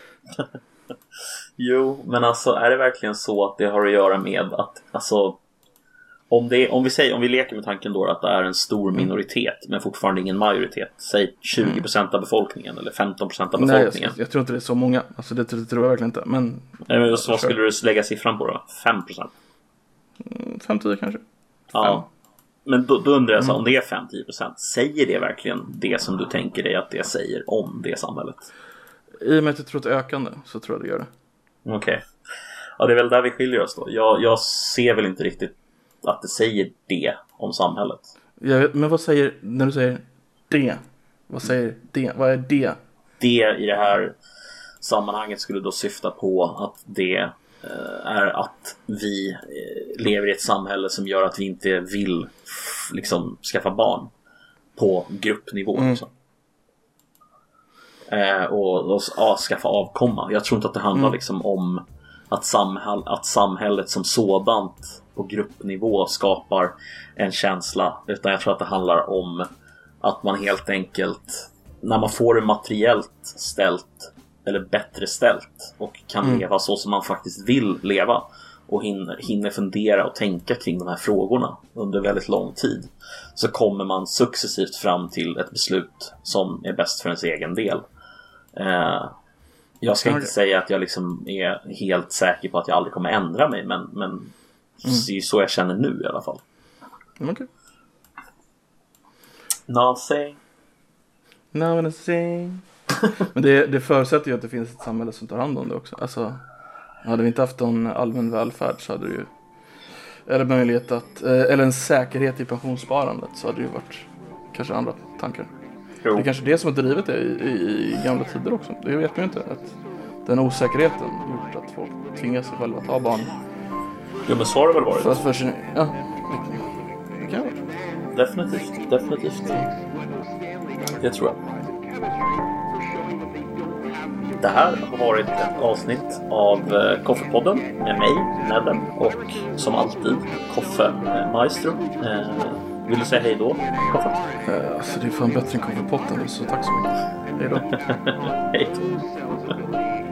Jo, men alltså är det verkligen så att det har att göra med att alltså om, det, om, vi säger, om vi leker med tanken då att det är en stor minoritet men fortfarande ingen majoritet, säg tjugo procent av befolkningen eller femton procent av befolkningen. Nej, jag, jag tror inte det är så många. Alltså det, det tror jag verkligen inte. Men, Nej, men vad skulle du lägga siffran på då? fem procent? fem tio kanske. Ja. Men då, då undrar jag så, om det är fem till tio procent, säger det verkligen det som du tänker dig att det säger om det samhället? I och med att jag tror att det är ökande så tror jag det gör det. Okej. Okay. Ja, det är väl där vi skiljer oss då. Jag, jag ser väl inte riktigt att det säger det om samhället. Jag vet, men vad säger, när du säger det? Vad säger det? Vad är det? Det i det här sammanhanget skulle då syfta på att det eh, är att vi eh, lever i ett samhälle som gör att vi inte vill f- liksom skaffa barn på gruppnivå. Mm. Liksom. Eh, och, och ja, skaffa avkomma. Jag tror inte att det handlar mm. liksom om att, samhäll, att samhället som sådant på gruppnivå skapar en känsla, utan jag tror att det handlar om att man helt enkelt, när man får det materiellt ställt eller bättre ställt och kan mm. leva så som man faktiskt vill leva och hinner, hinner fundera och tänka kring de här frågorna under väldigt lång tid, så kommer man successivt fram till ett beslut som är bäst för ens egen del. Eh, jag ska inte säga att jag liksom är helt säker på att jag aldrig kommer ändra mig, men, men mm. det är så jag känner nu i alla fall. Okej. Okay. Nothing. Nothing. Men det, det förutsätter ju att det finns ett samhälle som tar hand om det också. Alltså, hade vi inte haft en allmän välfärd så hade det ju, eller möjlighet att, eller en säkerhet i pensionssparandet, så hade det ju varit kanske andra tankar. Jo. Det är kanske det som har drivit det i, i, i gamla tider också. Det vet man ju inte, att den osäkerheten gjort att folk tvingar sig själva att ha barn. Jo, men så har det väl varit. För att för sin, ja, det kan vara. Definitivt, definitivt. Det tror jag. Det här har varit ett avsnitt av Koffepodden med mig, Nedden, och som alltid Koffe Maestro. Eh, vill du säga hej då, Koffe? Eh, alltså det är fan bättre än Koffepotten, så tack så mycket. Hej då. Hej då.